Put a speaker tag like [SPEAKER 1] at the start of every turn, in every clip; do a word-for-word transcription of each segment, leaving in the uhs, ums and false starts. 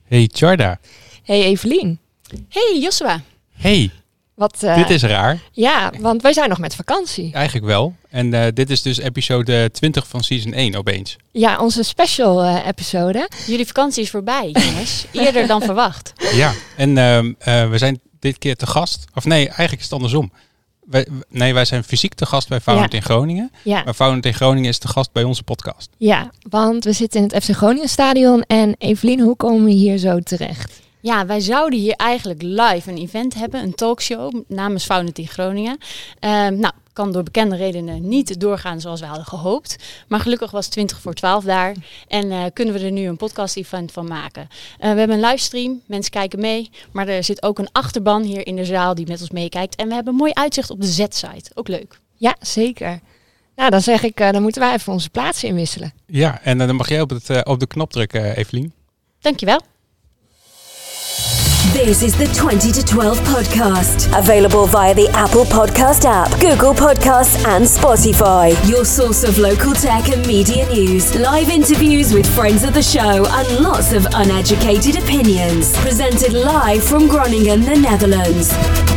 [SPEAKER 1] Hey Tjarda.
[SPEAKER 2] Hey Evelien.
[SPEAKER 3] Hey Joshua.
[SPEAKER 1] Hey,
[SPEAKER 2] Wat, uh,
[SPEAKER 1] dit is raar.
[SPEAKER 2] Ja, want wij zijn nog met vakantie.
[SPEAKER 1] Eigenlijk wel. En uh, dit is dus episode twintig van season één opeens.
[SPEAKER 2] Ja, onze special uh, episode.
[SPEAKER 3] Jullie vakantie is voorbij, jongens. Eerder dan verwacht.
[SPEAKER 1] Ja, en uh, uh, we zijn dit keer te gast. Of nee, eigenlijk is het andersom. Wij, nee, wij zijn fysiek te gast bij Founded ja. in Groningen.
[SPEAKER 2] Ja.
[SPEAKER 1] Maar Founded in Groningen is te gast bij onze podcast.
[SPEAKER 2] Ja, want we zitten in het F C Groningen stadion. En Evelien, hoe komen we hier zo terecht?
[SPEAKER 3] Ja, wij zouden hier eigenlijk live een event hebben, een talkshow namens Founded in Groningen. Uh, nou, kan door bekende redenen niet doorgaan zoals we hadden gehoopt. Maar gelukkig was twintig voor twaalf daar en uh, kunnen we er nu een podcast-event van maken. Uh, we hebben een livestream, mensen kijken mee, maar er zit ook een achterban hier in de zaal die met ons meekijkt. En we hebben een mooi uitzicht op de Z-site, ook leuk.
[SPEAKER 2] Ja, zeker. Nou, dan zeg ik, uh, dan moeten wij even onze plaatsen inwisselen.
[SPEAKER 1] Ja, en uh, dan mag jij op, het, uh, op de knop drukken, uh, Evelien.
[SPEAKER 3] Dankjewel.
[SPEAKER 4] This is the twenty to twelve podcast. Available via the Apple Podcast app, Google Podcasts, and Spotify. Your source of local tech and media news. Live interviews with friends of the show and lots of uneducated opinions. Presented live from Groningen, the Netherlands.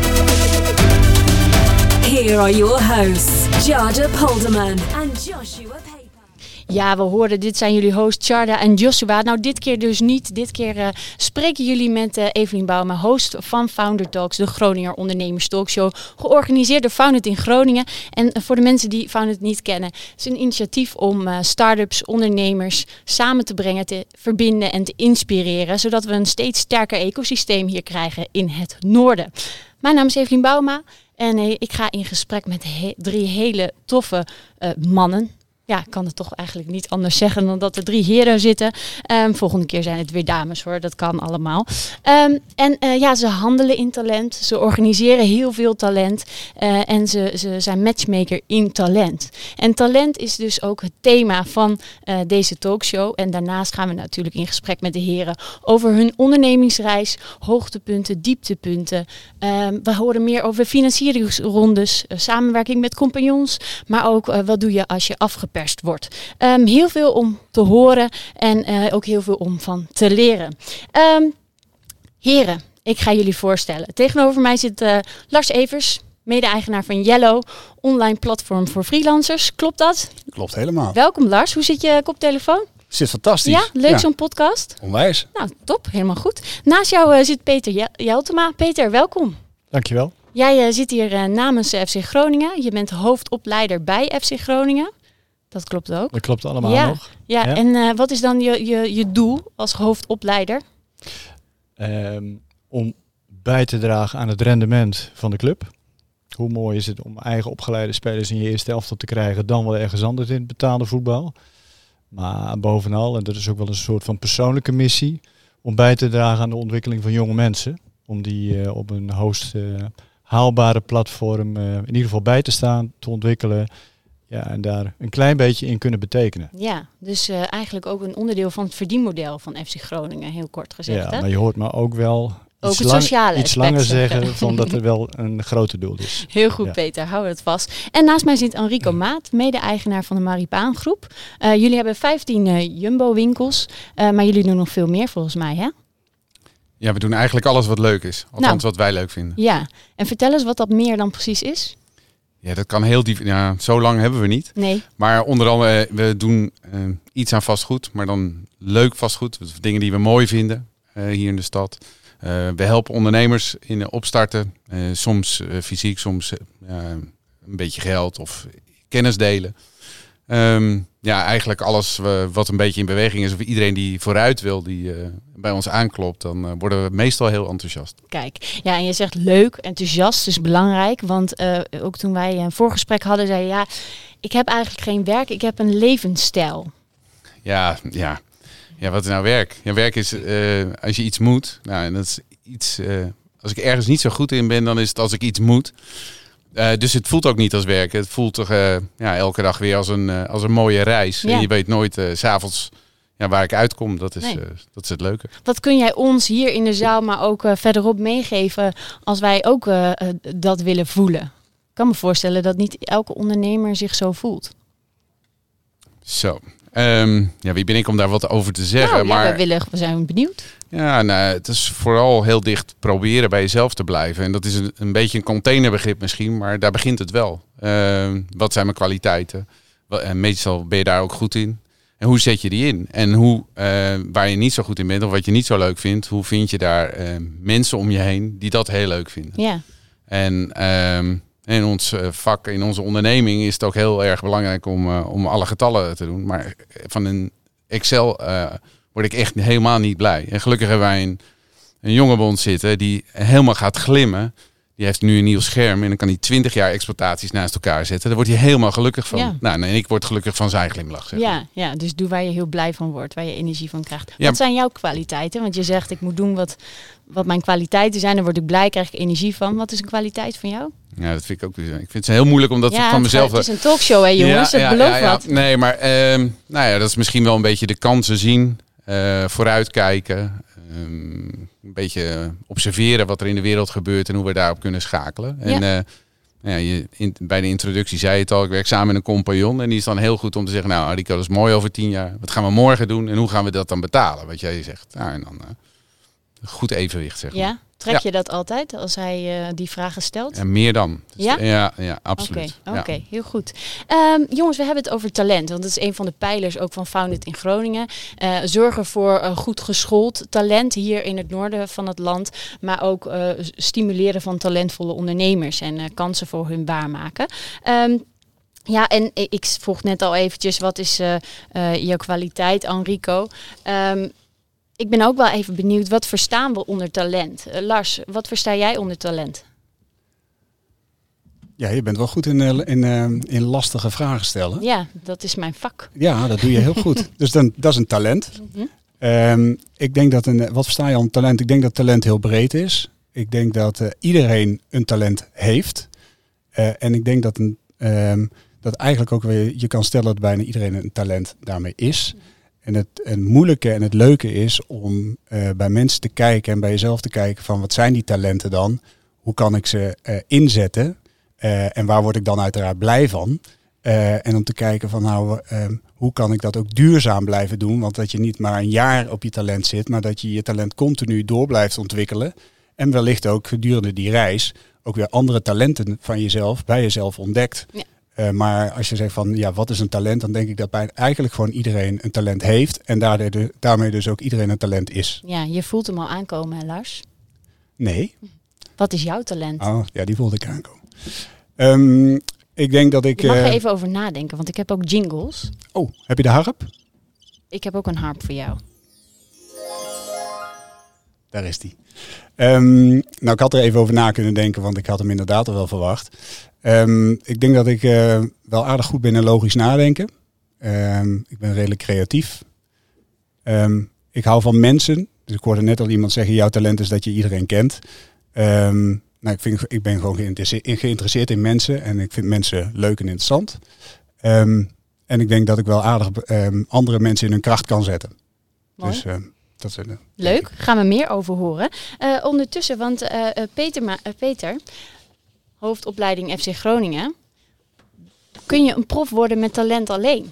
[SPEAKER 4] Here are your hosts, Tjarda Polderman and Joshua Paper.
[SPEAKER 3] Ja, we hoorden, dit zijn jullie hosts Tjarda en Joshua. Nou, dit keer dus niet. Dit keer uh, spreken jullie met uh, Evelien Bouma, host van Founder Talks, de Groninger Ondernemers Talkshow, georganiseerd door Founded in Groningen. En uh, voor de mensen die Founded niet kennen, het is een initiatief om uh, start-ups, ondernemers samen te brengen, te verbinden en te inspireren, zodat we een steeds sterker ecosysteem hier krijgen in het noorden. Mijn naam is Evelien Bouma en uh, ik ga in gesprek met he- drie hele toffe uh, mannen. Ja, ik kan het toch eigenlijk niet anders zeggen dan dat er drie heren zitten. Um, volgende keer zijn het weer dames hoor, dat kan allemaal. Um, en uh, ja, ze handelen in talent. Ze organiseren heel veel talent. Uh, en ze, ze zijn matchmaker in talent. En talent is dus ook het thema van uh, deze talkshow. En daarnaast gaan we natuurlijk in gesprek met de heren over hun ondernemingsreis. Hoogtepunten, dieptepunten. Um, we horen meer over financieringsrondes, uh, samenwerking met compagnons. Maar ook uh, wat doe je als je afgepakt wordt. Um, heel veel om te horen en uh, ook heel veel om van te leren. Um, heren, ik ga jullie voorstellen. Tegenover mij zit uh, Lars Evers, mede-eigenaar van Yellow, online platform voor freelancers. Klopt dat?
[SPEAKER 5] Klopt helemaal.
[SPEAKER 3] Welkom Lars, hoe zit je koptelefoon?
[SPEAKER 5] Zit fantastisch.
[SPEAKER 3] Ja, leuk
[SPEAKER 5] ja.
[SPEAKER 3] zo'n podcast.
[SPEAKER 5] Onwijs.
[SPEAKER 3] Nou, top, helemaal goed. Naast jou uh, zit Peter Jel- Jeltema. Peter, welkom.
[SPEAKER 6] Dankjewel.
[SPEAKER 3] Jij uh, zit hier uh, namens uh, F C Groningen. Je bent hoofdopleider bij F C Groningen. Dat klopt ook.
[SPEAKER 6] Dat klopt allemaal
[SPEAKER 3] ja.
[SPEAKER 6] nog.
[SPEAKER 3] Ja, ja. En uh, wat is dan je, je, je doel als hoofdopleider?
[SPEAKER 6] Um, om bij te dragen aan het rendement van de club. Hoe mooi is het om eigen opgeleide spelers in je eerste elftal te krijgen dan wel ergens anders in het betaalde voetbal. Maar bovenal, en dat is ook wel een soort van persoonlijke missie, om bij te dragen aan de ontwikkeling van jonge mensen. Om die uh, op een hoogst uh, haalbare platform uh, in ieder geval bij te staan, te ontwikkelen. Ja, en daar een klein beetje in kunnen betekenen.
[SPEAKER 3] Ja, dus uh, eigenlijk ook een onderdeel van het verdienmodel van F C Groningen, heel kort gezegd.
[SPEAKER 6] Ja,
[SPEAKER 3] hè?
[SPEAKER 6] maar je hoort me ook wel
[SPEAKER 3] ook
[SPEAKER 6] iets,
[SPEAKER 3] het
[SPEAKER 6] lang,
[SPEAKER 3] sociale
[SPEAKER 6] iets langer
[SPEAKER 3] zeggen,
[SPEAKER 6] zeggen van dat er wel een groter doel is.
[SPEAKER 3] Heel goed,
[SPEAKER 6] ja.
[SPEAKER 3] Peter, hou het vast. En naast mij zit Enrico Maat, mede-eigenaar van de Maripaan Groep. Uh, jullie hebben vijftien uh, Jumbo-winkels, uh, maar jullie doen nog veel meer volgens mij, hè?
[SPEAKER 7] Ja, we doen eigenlijk alles wat leuk is. Althans, nou, wat wij leuk vinden.
[SPEAKER 3] Ja, en vertel eens wat dat meer dan precies is.
[SPEAKER 7] Ja, dat kan heel diep. Ja, zo lang hebben we niet.
[SPEAKER 3] Nee.
[SPEAKER 7] Maar onder andere, we doen uh, iets aan vastgoed, maar dan leuk vastgoed. Dingen die we mooi vinden uh, hier in de stad. Uh, we helpen ondernemers in opstarten. Uh, soms uh, fysiek, soms uh, een beetje geld of kennis delen. Um, ja, eigenlijk alles uh, wat een beetje in beweging is. Of iedereen die vooruit wil, die uh, bij ons aanklopt, dan uh, worden we meestal heel enthousiast.
[SPEAKER 3] Kijk, ja, en je zegt leuk, enthousiast is belangrijk. Want uh, ook toen wij een voorgesprek hadden, zei je, ja, ik heb eigenlijk geen werk, ik heb een levensstijl.
[SPEAKER 7] Ja, ja. Ja, wat is nou werk? Ja, werk is uh, als je iets moet. Nou, en dat is iets. Uh, als ik ergens niet zo goed in ben, dan is het als ik iets moet. Uh, dus het voelt ook niet als werken. Het voelt toch uh, ja, elke dag weer als een, uh, als een mooie reis. Ja. En je weet nooit uh, 's avonds ja, waar ik uitkom. Dat is, nee. uh, dat is het leuke.
[SPEAKER 3] Wat kun jij ons hier in de zaal, maar ook uh, verderop meegeven als wij ook uh, uh, dat willen voelen? Ik kan me voorstellen dat niet elke ondernemer zich zo voelt.
[SPEAKER 7] Zo. Um, ja, wie ben ik om daar wat over te zeggen?
[SPEAKER 3] Nou, ja,
[SPEAKER 7] maar
[SPEAKER 3] we, willen, we zijn benieuwd.
[SPEAKER 7] Ja, nou, het is vooral heel dicht proberen bij jezelf te blijven. En dat is een, een beetje een containerbegrip misschien, maar daar begint het wel. Uh, wat zijn mijn kwaliteiten? En meestal ben je daar ook goed in. En hoe zet je die in? En hoe, uh, waar je niet zo goed in bent of wat je niet zo leuk vindt, hoe vind je daar uh, mensen om je heen die dat heel leuk vinden?
[SPEAKER 3] Ja.
[SPEAKER 7] En um, in ons vak, in onze onderneming is het ook heel erg belangrijk om, uh, om alle getallen te doen. Maar van een Excel uh, word ik echt helemaal niet blij. En gelukkig hebben wij een, een jongen bij ons zitten die helemaal gaat glimmen. Die heeft nu een nieuw scherm en dan kan hij twintig jaar exploitaties naast elkaar zetten. Daar wordt hij helemaal gelukkig van.
[SPEAKER 3] Ja.
[SPEAKER 7] Nou, en ik word gelukkig van zijn glimlach. Zeg maar.
[SPEAKER 3] Ja, ja, dus doe waar je heel blij van wordt, waar je energie van krijgt.
[SPEAKER 7] Ja.
[SPEAKER 3] Wat zijn jouw kwaliteiten? Want je zegt, ik moet doen wat, wat mijn kwaliteiten zijn. Dan word ik blij, krijg ik energie van. Wat is een kwaliteit van jou?
[SPEAKER 7] Ja, dat vind ik ook. Ik vind het heel moeilijk om dat
[SPEAKER 3] ja,
[SPEAKER 7] van mezelf.
[SPEAKER 3] Het is een talkshow, hè, jongens.
[SPEAKER 7] Ja,
[SPEAKER 3] het
[SPEAKER 7] ja,
[SPEAKER 3] belooft
[SPEAKER 7] ja, ja.
[SPEAKER 3] wat.
[SPEAKER 7] Nee, maar um, nou ja, dat is misschien wel een beetje de kansen zien, uh, vooruitkijken. Um, een beetje observeren wat er in de wereld gebeurt en hoe we daarop kunnen schakelen.
[SPEAKER 3] Ja.
[SPEAKER 7] En uh, ja, je, in, bij de introductie zei je het al, ik werk samen met een compagnon. En die is dan heel goed om te zeggen, nou Rico, dat is mooi over tien jaar. Wat gaan we morgen doen en hoe gaan we dat dan betalen? Wat jij zegt. Nou, en dan uh, goed evenwicht, zeg maar.
[SPEAKER 3] Ja? Trek
[SPEAKER 7] Ja.
[SPEAKER 3] je dat altijd als hij uh, die vragen stelt?
[SPEAKER 7] Ja, meer dan. Dus
[SPEAKER 3] Ja?
[SPEAKER 7] Ja, ja, absoluut.
[SPEAKER 3] Oké,
[SPEAKER 7] Ja.
[SPEAKER 3] okay, heel goed. Um, jongens, we hebben het over talent. Want dat is een van de pijlers ook van Founded in Groningen. Uh, zorgen voor uh, goed geschoold talent hier in het noorden van het land. Maar ook uh, stimuleren van talentvolle ondernemers en uh, kansen voor hun waarmaken. Um, ja, en ik vroeg net al eventjes, wat is uh, uh, jouw kwaliteit, Enrico? Um, ik ben ook wel even benieuwd, wat verstaan we onder talent? Uh, Lars, wat versta jij onder talent?
[SPEAKER 5] Ja, je bent wel goed in, in, in lastige vragen stellen.
[SPEAKER 3] Ja, dat is mijn vak.
[SPEAKER 5] Ja, dat doe je heel goed. Dus dan, dat is een talent.
[SPEAKER 3] Mm-hmm.
[SPEAKER 5] Um, ik denk dat een, wat versta je onder talent? Ik denk dat talent heel breed is. Ik denk dat uh, iedereen een talent heeft. Uh, en ik denk dat, een, um, dat eigenlijk ook weer je kan stellen dat bijna iedereen een talent daarmee is. En het, het moeilijke en het leuke is om uh, bij mensen te kijken en bij jezelf te kijken van wat zijn die talenten dan? Hoe kan ik ze uh, inzetten? Uh, en waar word ik dan uiteraard blij van? Uh, en om te kijken van nou, uh, hoe kan ik dat ook duurzaam blijven doen? Want dat je niet maar een jaar op je talent zit, maar dat je je talent continu door blijft ontwikkelen. En wellicht ook gedurende die reis ook weer andere talenten van jezelf, bij jezelf ontdekt. Ja. Uh, maar als je zegt van ja, wat is een talent? Dan denk ik dat bij eigenlijk gewoon iedereen een talent heeft. En daardoor, daarmee dus ook iedereen een talent is.
[SPEAKER 3] Ja, je voelt hem al aankomen, hè, Lars?
[SPEAKER 5] Nee.
[SPEAKER 3] Wat is jouw talent?
[SPEAKER 5] Oh, ja, die voelde ik aankomen. Um, ik denk dat ik...
[SPEAKER 3] Je mag er
[SPEAKER 5] uh,
[SPEAKER 3] even over nadenken, want ik heb ook jingles.
[SPEAKER 5] Oh, heb je de harp?
[SPEAKER 3] Ik heb ook een harp voor jou.
[SPEAKER 5] Daar is die. Um, nou, ik had er even over na kunnen denken, want ik had hem inderdaad al wel verwacht. Um, ik denk dat ik uh, wel aardig goed ben in logisch nadenken. Um, ik ben redelijk creatief. Um, ik hou van mensen. Dus ik hoorde net al iemand zeggen, jouw talent is dat je iedereen kent. Um, nou, ik, vind, ik ben gewoon geïnteresseerd, geïnteresseerd in mensen en ik vind mensen leuk en interessant. Um, en ik denk dat ik wel aardig um, andere mensen in hun kracht kan zetten.
[SPEAKER 3] Mooi.
[SPEAKER 5] Dus, uh, dat is, uh,
[SPEAKER 3] Leuk, gaan we meer over horen. Uh, ondertussen, want uh, uh, Peter, uh, Peter, hoofdopleiding F C Groningen. Kun je een prof worden met talent alleen?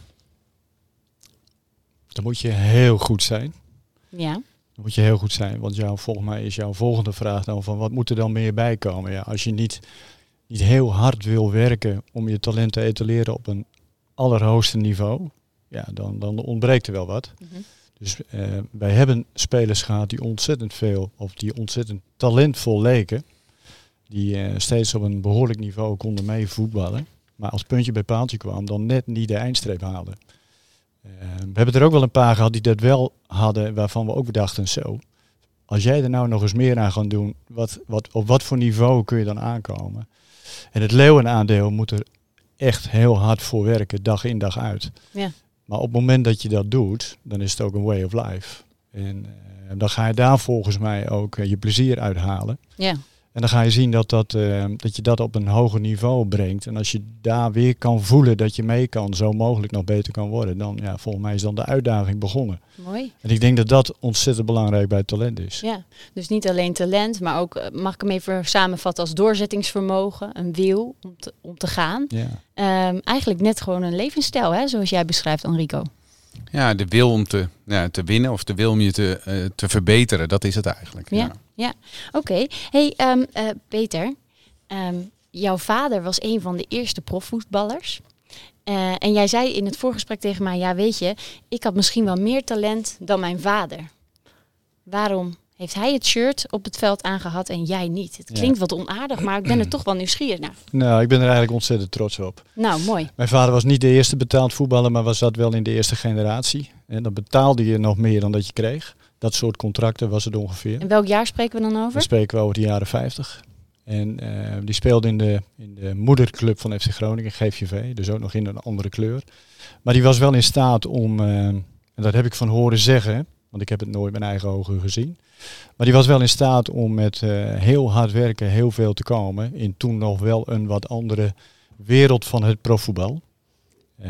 [SPEAKER 6] Dan moet je heel goed zijn.
[SPEAKER 3] Ja.
[SPEAKER 6] Dan moet je heel goed zijn, want jouw, volgens mij is jouw volgende vraag dan van wat moet er dan meer bij komen? Ja, als je niet, niet heel hard wil werken om je talent te etaleren op een allerhoogste niveau, ja, dan, dan ontbreekt er wel wat. Mm-hmm. Dus uh, wij hebben spelers gehad die ontzettend veel, of die ontzettend talentvol leken, die uh, steeds op een behoorlijk niveau konden mee voetballen, maar als puntje bij paaltje kwam, dan net niet de eindstreep haalden. Uh, we hebben er ook wel een paar gehad die dat wel hadden, waarvan we ook dachten zo, als jij er nou nog eens meer aan gaat doen, wat, wat, op wat voor niveau kun je dan aankomen? En het leeuwenaandeel moet er echt heel hard voor werken, dag in dag uit.
[SPEAKER 3] Ja.
[SPEAKER 6] Maar op het moment dat je dat doet, dan is het ook een way of life. En uh, dan ga je daar volgens mij ook uh, je plezier uithalen.
[SPEAKER 3] Ja.
[SPEAKER 6] En dan ga je zien dat, dat, uh, dat je dat op een hoger niveau brengt. En als je daar weer kan voelen dat je mee kan, zo mogelijk nog beter kan worden, dan ja, volgens mij is dan de uitdaging begonnen.
[SPEAKER 3] Mooi.
[SPEAKER 6] En ik denk dat dat ontzettend belangrijk bij het talent is.
[SPEAKER 3] Ja, dus niet alleen talent, maar ook, mag ik hem even samenvatten als doorzettingsvermogen, een wil om te, om te gaan.
[SPEAKER 6] Ja.
[SPEAKER 3] Um, eigenlijk net gewoon een levensstijl, hè, zoals jij beschrijft, Enrico.
[SPEAKER 7] Ja, de wil om te, ja, te winnen of de wil om je te, uh, te verbeteren, dat is het eigenlijk.
[SPEAKER 3] Ja, ja. ja. Oké. Okay. Hey, um, uh, Peter, um, jouw vader was een van de eerste profvoetballers. Uh, en jij zei in het voorgesprek tegen mij, ja weet je, ik had misschien wel meer talent dan mijn vader. Waarom heeft hij het shirt op het veld aangehad en jij niet? Het klinkt ja. wat onaardig, maar ik ben er toch wel nieuwsgierig naar.
[SPEAKER 6] Nou, ik ben er eigenlijk ontzettend trots op.
[SPEAKER 3] Nou, mooi.
[SPEAKER 6] Mijn vader was niet de eerste betaald voetballer, maar was dat wel in de eerste generatie. En dan betaalde je nog meer dan dat je kreeg. Dat soort contracten was het ongeveer.
[SPEAKER 3] En welk jaar spreken we dan over?
[SPEAKER 6] Dan spreken we over de jaren vijftig. En uh, die speelde in de, in de moederclub van F C Groningen, G V V. Dus ook nog in een andere kleur. Maar die was wel in staat om, uh, en dat heb ik van horen zeggen, want ik heb het nooit met eigen ogen gezien. Maar die was wel in staat om met uh, heel hard werken heel veel te komen. In toen nog wel een wat andere wereld van het profvoetbal. Uh,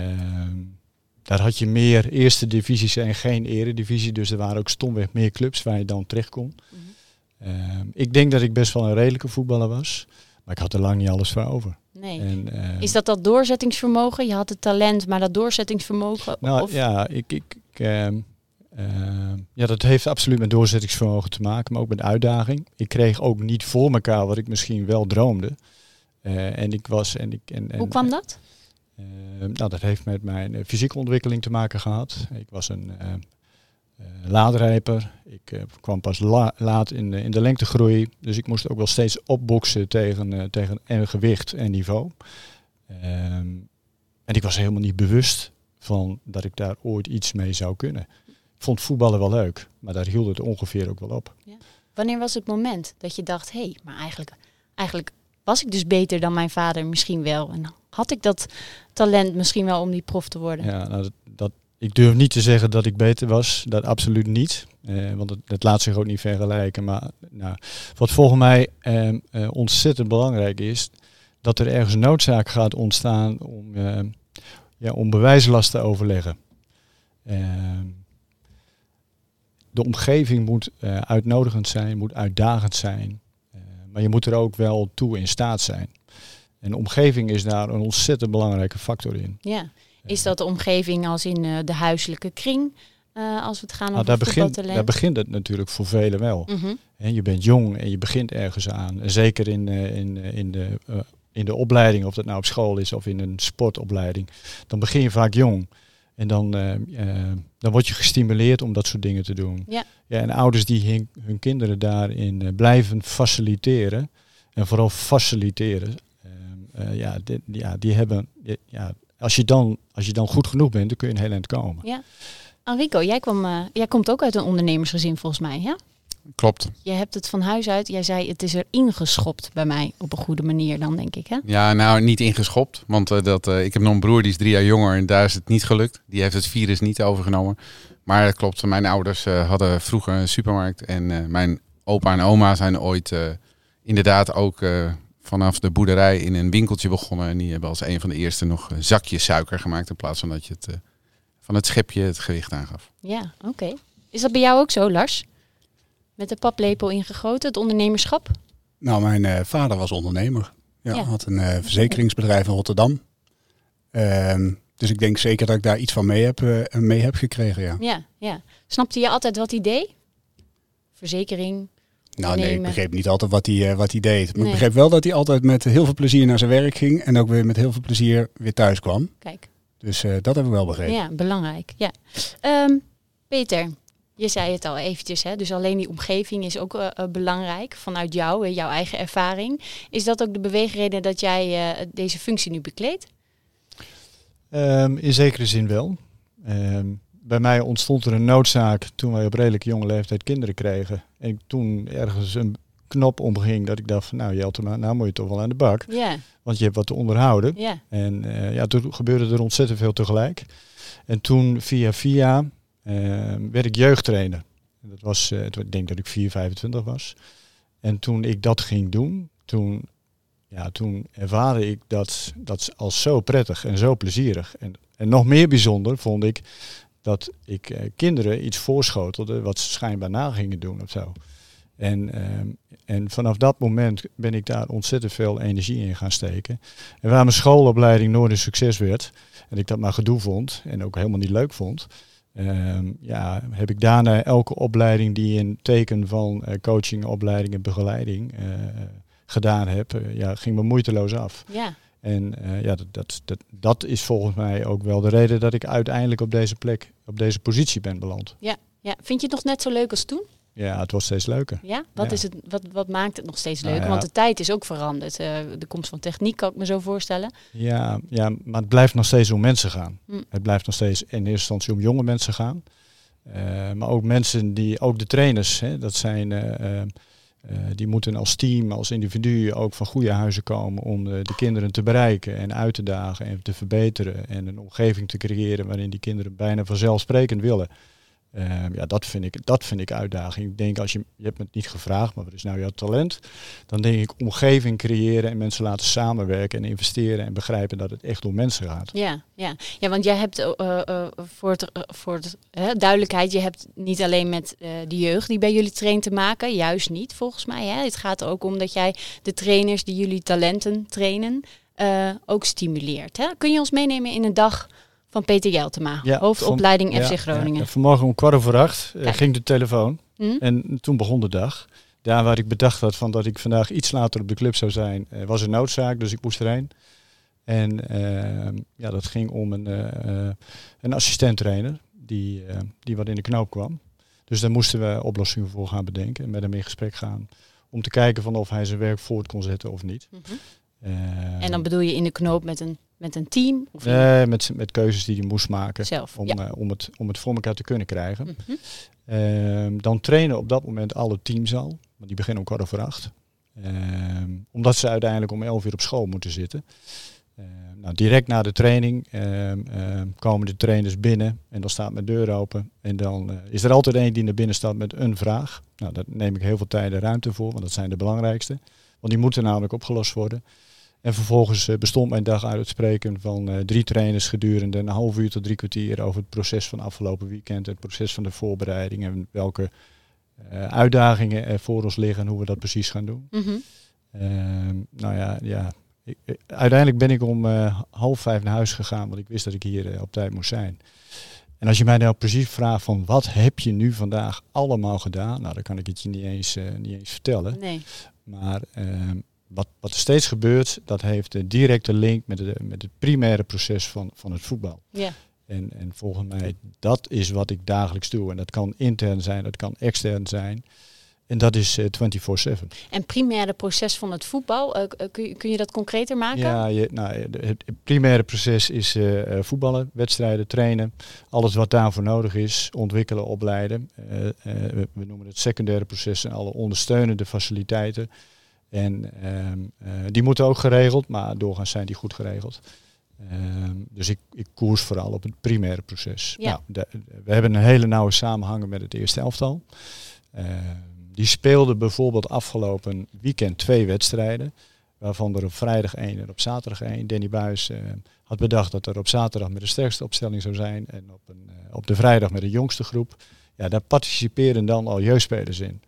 [SPEAKER 6] daar had je meer eerste divisies en geen eredivisie. Dus er waren ook stomweg meer clubs waar je dan terecht kon. Mm-hmm. Uh, ik denk dat ik best wel een redelijke voetballer was. Maar ik had er lang niet alles voor over.
[SPEAKER 3] Nee. En, uh, is dat dat doorzettingsvermogen? Je had het talent, maar dat doorzettingsvermogen?
[SPEAKER 6] Nou
[SPEAKER 3] of?
[SPEAKER 6] ja, ik... ik, ik uh, Uh, ja, dat heeft absoluut met doorzettingsvermogen te maken, maar ook met uitdaging. Ik kreeg ook niet voor elkaar wat ik misschien wel droomde. Uh, en ik was en ik. En, en,
[SPEAKER 3] Hoe kwam dat?
[SPEAKER 6] Uh, nou, dat heeft met mijn uh, fysieke ontwikkeling te maken gehad. Ik was een uh, uh, laadrijper. Ik uh, kwam pas la- laat in de, in de lengtegroei, dus ik moest ook wel steeds opboksen tegen, uh, tegen en gewicht en niveau. Uh, en ik was helemaal niet bewust van dat ik daar ooit iets mee zou kunnen. Ik vond voetballen wel leuk, maar daar hield het ongeveer ook wel op.
[SPEAKER 3] Ja. Wanneer was het moment dat je dacht, hé, hey, maar eigenlijk, eigenlijk was ik dus beter dan mijn vader misschien wel. En had ik dat talent misschien wel om die prof te worden?
[SPEAKER 6] Ja, nou, dat, dat, ik durf niet te zeggen dat ik beter was, dat absoluut niet. Eh, want het, het laat zich ook niet vergelijken. Maar nou, wat volgens mij eh, eh, ontzettend belangrijk is, dat er ergens noodzaak gaat ontstaan om, eh, ja, om bewijslast te overleggen. Uh, De omgeving moet uh, uitnodigend zijn, moet uitdagend zijn. Uh, maar je moet er ook wel toe in staat zijn. En de omgeving is daar een ontzettend belangrijke factor in.
[SPEAKER 3] Ja. Is dat de omgeving als in uh, de huiselijke kring? Uh, als we het gaan
[SPEAKER 6] nou,
[SPEAKER 3] over
[SPEAKER 6] daar
[SPEAKER 3] voetbaltalent?
[SPEAKER 6] Begint, daar begint het natuurlijk voor velen wel.
[SPEAKER 3] Mm-hmm.
[SPEAKER 6] En je bent jong en je begint ergens aan. Zeker in, uh, in, uh, in, de, uh, in de opleiding, of dat nou op school is of in een sportopleiding. Dan begin je vaak jong. En dan, uh, uh, dan word je gestimuleerd om dat soort dingen te doen.
[SPEAKER 3] Ja.
[SPEAKER 6] Ja, en ouders die hun, hun kinderen daarin uh, blijven faciliteren. En vooral faciliteren. Uh, uh, ja, die, ja, die hebben... Ja, als, je dan, als je dan goed genoeg bent, dan kun je een heel eind komen.
[SPEAKER 3] Ja. Enrico, jij, kwam, uh, jij komt ook uit een ondernemersgezin volgens mij, ja?
[SPEAKER 7] Klopt.
[SPEAKER 3] Je hebt het van huis uit. Jij zei, het is er ingeschopt bij mij op een goede manier dan, denk ik, hè?
[SPEAKER 7] Ja, nou, niet ingeschopt. Want uh, dat, uh, ik heb nog een broer, die is drie jaar jonger en daar is het niet gelukt. Die heeft het virus niet overgenomen. Maar het klopt, mijn ouders uh, hadden vroeger een supermarkt. En uh, mijn opa en oma zijn ooit uh, inderdaad ook uh, vanaf de boerderij in een winkeltje begonnen. En die hebben als een van de eerste nog uh, zakjes suiker gemaakt. In plaats van dat je het uh, van het schepje het gewicht aangaf.
[SPEAKER 3] Ja, oké. Okay. Is dat bij jou ook zo, Lars? Met de paplepel ingegoten, het ondernemerschap?
[SPEAKER 5] Nou, mijn uh, vader was ondernemer. Ja,
[SPEAKER 3] ja.
[SPEAKER 5] Had een uh, verzekeringsbedrijf in Rotterdam. Um, dus ik denk zeker dat ik daar iets van mee heb, uh, mee heb gekregen, ja.
[SPEAKER 3] Ja, ja. Snapte je altijd wat hij deed? Verzekering?
[SPEAKER 5] Nou nee, ik begreep niet altijd wat hij, uh, wat hij deed. Maar nee. Ik begreep wel dat hij altijd met heel veel plezier naar zijn werk ging. En ook weer met heel veel plezier weer thuis kwam.
[SPEAKER 3] Kijk.
[SPEAKER 5] Dus uh, dat heb ik wel begrepen.
[SPEAKER 3] Ja, belangrijk. Ja. Um, Peter, je zei het al eventjes, hè? Dus alleen die omgeving is ook uh, uh, belangrijk vanuit jou, uh, jouw eigen ervaring. Is dat ook de beweegreden dat jij uh, deze functie nu bekleedt?
[SPEAKER 6] Um, in zekere zin wel. Um, bij mij ontstond er een noodzaak toen wij op redelijk jonge leeftijd kinderen kregen. En toen ergens een knop omging dat ik dacht van nou Jeltema, nou moet je toch wel aan de bak.
[SPEAKER 3] Yeah.
[SPEAKER 6] Want je hebt wat te onderhouden.
[SPEAKER 3] Yeah.
[SPEAKER 6] En uh, ja, toen gebeurde er ontzettend veel tegelijk. En toen via via uh, werd ik jeugdtrainer. Dat was, uh, ik denk dat ik vier, vijfentwintig was. En toen ik dat ging doen, toen, ja, toen ervaarde ik dat, dat als zo prettig en zo plezierig. En, en nog meer bijzonder vond ik dat ik uh, kinderen iets voorschotelde wat ze schijnbaar na gingen doen of zo. En, uh, en vanaf dat moment ben ik daar ontzettend veel energie in gaan steken. En waar mijn schoolopleiding nooit een succes werd en ik dat maar gedoe vond en ook helemaal niet leuk vond, Um, ja, heb ik daarna elke opleiding die in teken van uh, coaching, opleiding en begeleiding uh, gedaan heb, uh, ja, ging me moeiteloos af.
[SPEAKER 3] Ja.
[SPEAKER 6] En uh, ja, dat, dat, dat, dat is volgens mij ook wel de reden dat ik uiteindelijk op deze plek, op deze positie ben beland.
[SPEAKER 3] Ja, ja. Vind je het nog net zo leuk als toen?
[SPEAKER 6] Ja, het wordt steeds leuker.
[SPEAKER 3] Ja? Wat,
[SPEAKER 6] Ja.
[SPEAKER 3] Is het, wat, wat maakt het nog steeds leuker?
[SPEAKER 6] Nou ja.
[SPEAKER 3] Want de tijd is ook veranderd. Uh, de komst van techniek kan ik me zo voorstellen.
[SPEAKER 6] Ja, ja, maar het blijft nog steeds om mensen gaan.
[SPEAKER 3] Hm.
[SPEAKER 6] Het blijft nog steeds in eerste instantie om jonge mensen gaan. Uh, maar ook mensen die, ook de trainers, hè, dat zijn, uh, uh, die moeten als team, als individu ook van goede huizen komen om uh, de kinderen te bereiken en uit te dagen en te verbeteren. En een omgeving te creëren waarin die kinderen bijna vanzelfsprekend willen. Uh, ja, dat vind ik, dat vind ik uitdaging. Ik denk, als je, je hebt me het niet gevraagd, maar wat is nou jouw talent? Dan denk ik omgeving creëren en mensen laten samenwerken en investeren en begrijpen dat het echt om mensen gaat.
[SPEAKER 3] Ja, ja. ja want jij hebt, uh, uh, voor, het, uh, voor het, uh, duidelijkheid, je hebt niet alleen met uh, de jeugd die bij jullie traint te maken, juist niet volgens mij. Hè? Het gaat ook om dat jij de trainers die jullie talenten trainen, uh, ook stimuleert. Hè? Kun je ons meenemen in een dag van Peter Jeltema,
[SPEAKER 6] Ja,
[SPEAKER 3] hoofdopleiding
[SPEAKER 6] van,
[SPEAKER 3] F C
[SPEAKER 6] ja,
[SPEAKER 3] Groningen?
[SPEAKER 6] Ja, vanmorgen om kwart over acht uh, ging de telefoon
[SPEAKER 3] Hm?
[SPEAKER 6] en toen begon de dag. Daar waar ik bedacht had van dat ik vandaag iets later op de club zou zijn, uh, was een noodzaak, dus ik moest erheen. En uh, ja, dat ging om een, uh, een assistent-trainer die, uh, die wat in de knoop kwam. Dus daar moesten we oplossingen voor gaan bedenken en met hem in gesprek gaan om te kijken van of hij zijn werk voort kon zetten of niet.
[SPEAKER 3] Mm-hmm.
[SPEAKER 6] Uh,
[SPEAKER 3] En dan bedoel je in de knoop met een, met een team? Of in-
[SPEAKER 6] Nee, met, met keuzes die hij moest maken
[SPEAKER 3] Zelf,
[SPEAKER 6] om,
[SPEAKER 3] ja.
[SPEAKER 6] uh, om, het, om het voor elkaar te kunnen krijgen.
[SPEAKER 3] Mhm.
[SPEAKER 6] Uh, dan trainen op dat moment alle teams al, want die beginnen om kwart over acht. Uh, omdat ze uiteindelijk om elf uur op school moeten zitten. Uh, nou, direct na de training uh, uh, komen de trainers binnen en dan staat mijn deur open. En dan uh, is er altijd één die naar binnen staat met een vraag. Nou, daar neem ik heel veel tijd en ruimte voor, want dat zijn de belangrijkste. Want die moeten namelijk opgelost worden. En vervolgens uh, bestond mijn dag uit het spreken van uh, drie trainers gedurende een half uur tot drie kwartier over het proces van afgelopen weekend, het proces van de voorbereiding en welke uh, uitdagingen er voor ons liggen en hoe we dat precies gaan doen.
[SPEAKER 3] Mm-hmm.
[SPEAKER 6] Uh, nou ja, ja. Ik, ik, uiteindelijk ben ik om uh, half vijf naar huis gegaan, want ik wist dat ik hier uh, op tijd moest zijn. En als je mij nou precies vraagt van wat heb je nu vandaag allemaal gedaan, nou dan kan ik het je niet eens, uh, niet eens vertellen.
[SPEAKER 3] Nee.
[SPEAKER 6] Maar uh, wat, wat er steeds gebeurt, dat heeft een directe link met, de, met het primaire proces van, van het voetbal.
[SPEAKER 3] Ja.
[SPEAKER 6] En, en volgens mij, dat is wat ik dagelijks doe. En dat kan intern zijn, dat kan extern zijn. En dat is uh, vierentwintig zeven.
[SPEAKER 3] En primaire proces van het voetbal, uh, kun, je, kun je dat concreter maken?
[SPEAKER 6] Ja, je, nou, het, het primaire proces is uh, voetballen, wedstrijden, trainen. Alles wat daarvoor nodig is, ontwikkelen, opleiden. Uh, uh, we, we noemen het secundaire proces en alle ondersteunende faciliteiten. En um, uh, die moeten ook geregeld, maar doorgaans zijn die goed geregeld. Um, dus ik, ik koers vooral op het primaire proces.
[SPEAKER 3] Ja.
[SPEAKER 6] Nou, de, we hebben een hele nauwe samenhang met het eerste elftal. Uh, die speelde bijvoorbeeld afgelopen weekend twee wedstrijden. Waarvan er op vrijdag één en op zaterdag één. Danny Buijs uh, had bedacht dat er op zaterdag met de sterkste opstelling zou zijn. En op, een, uh, op de vrijdag met de jongste groep. Ja, daar participeren dan al jeugdspelers in.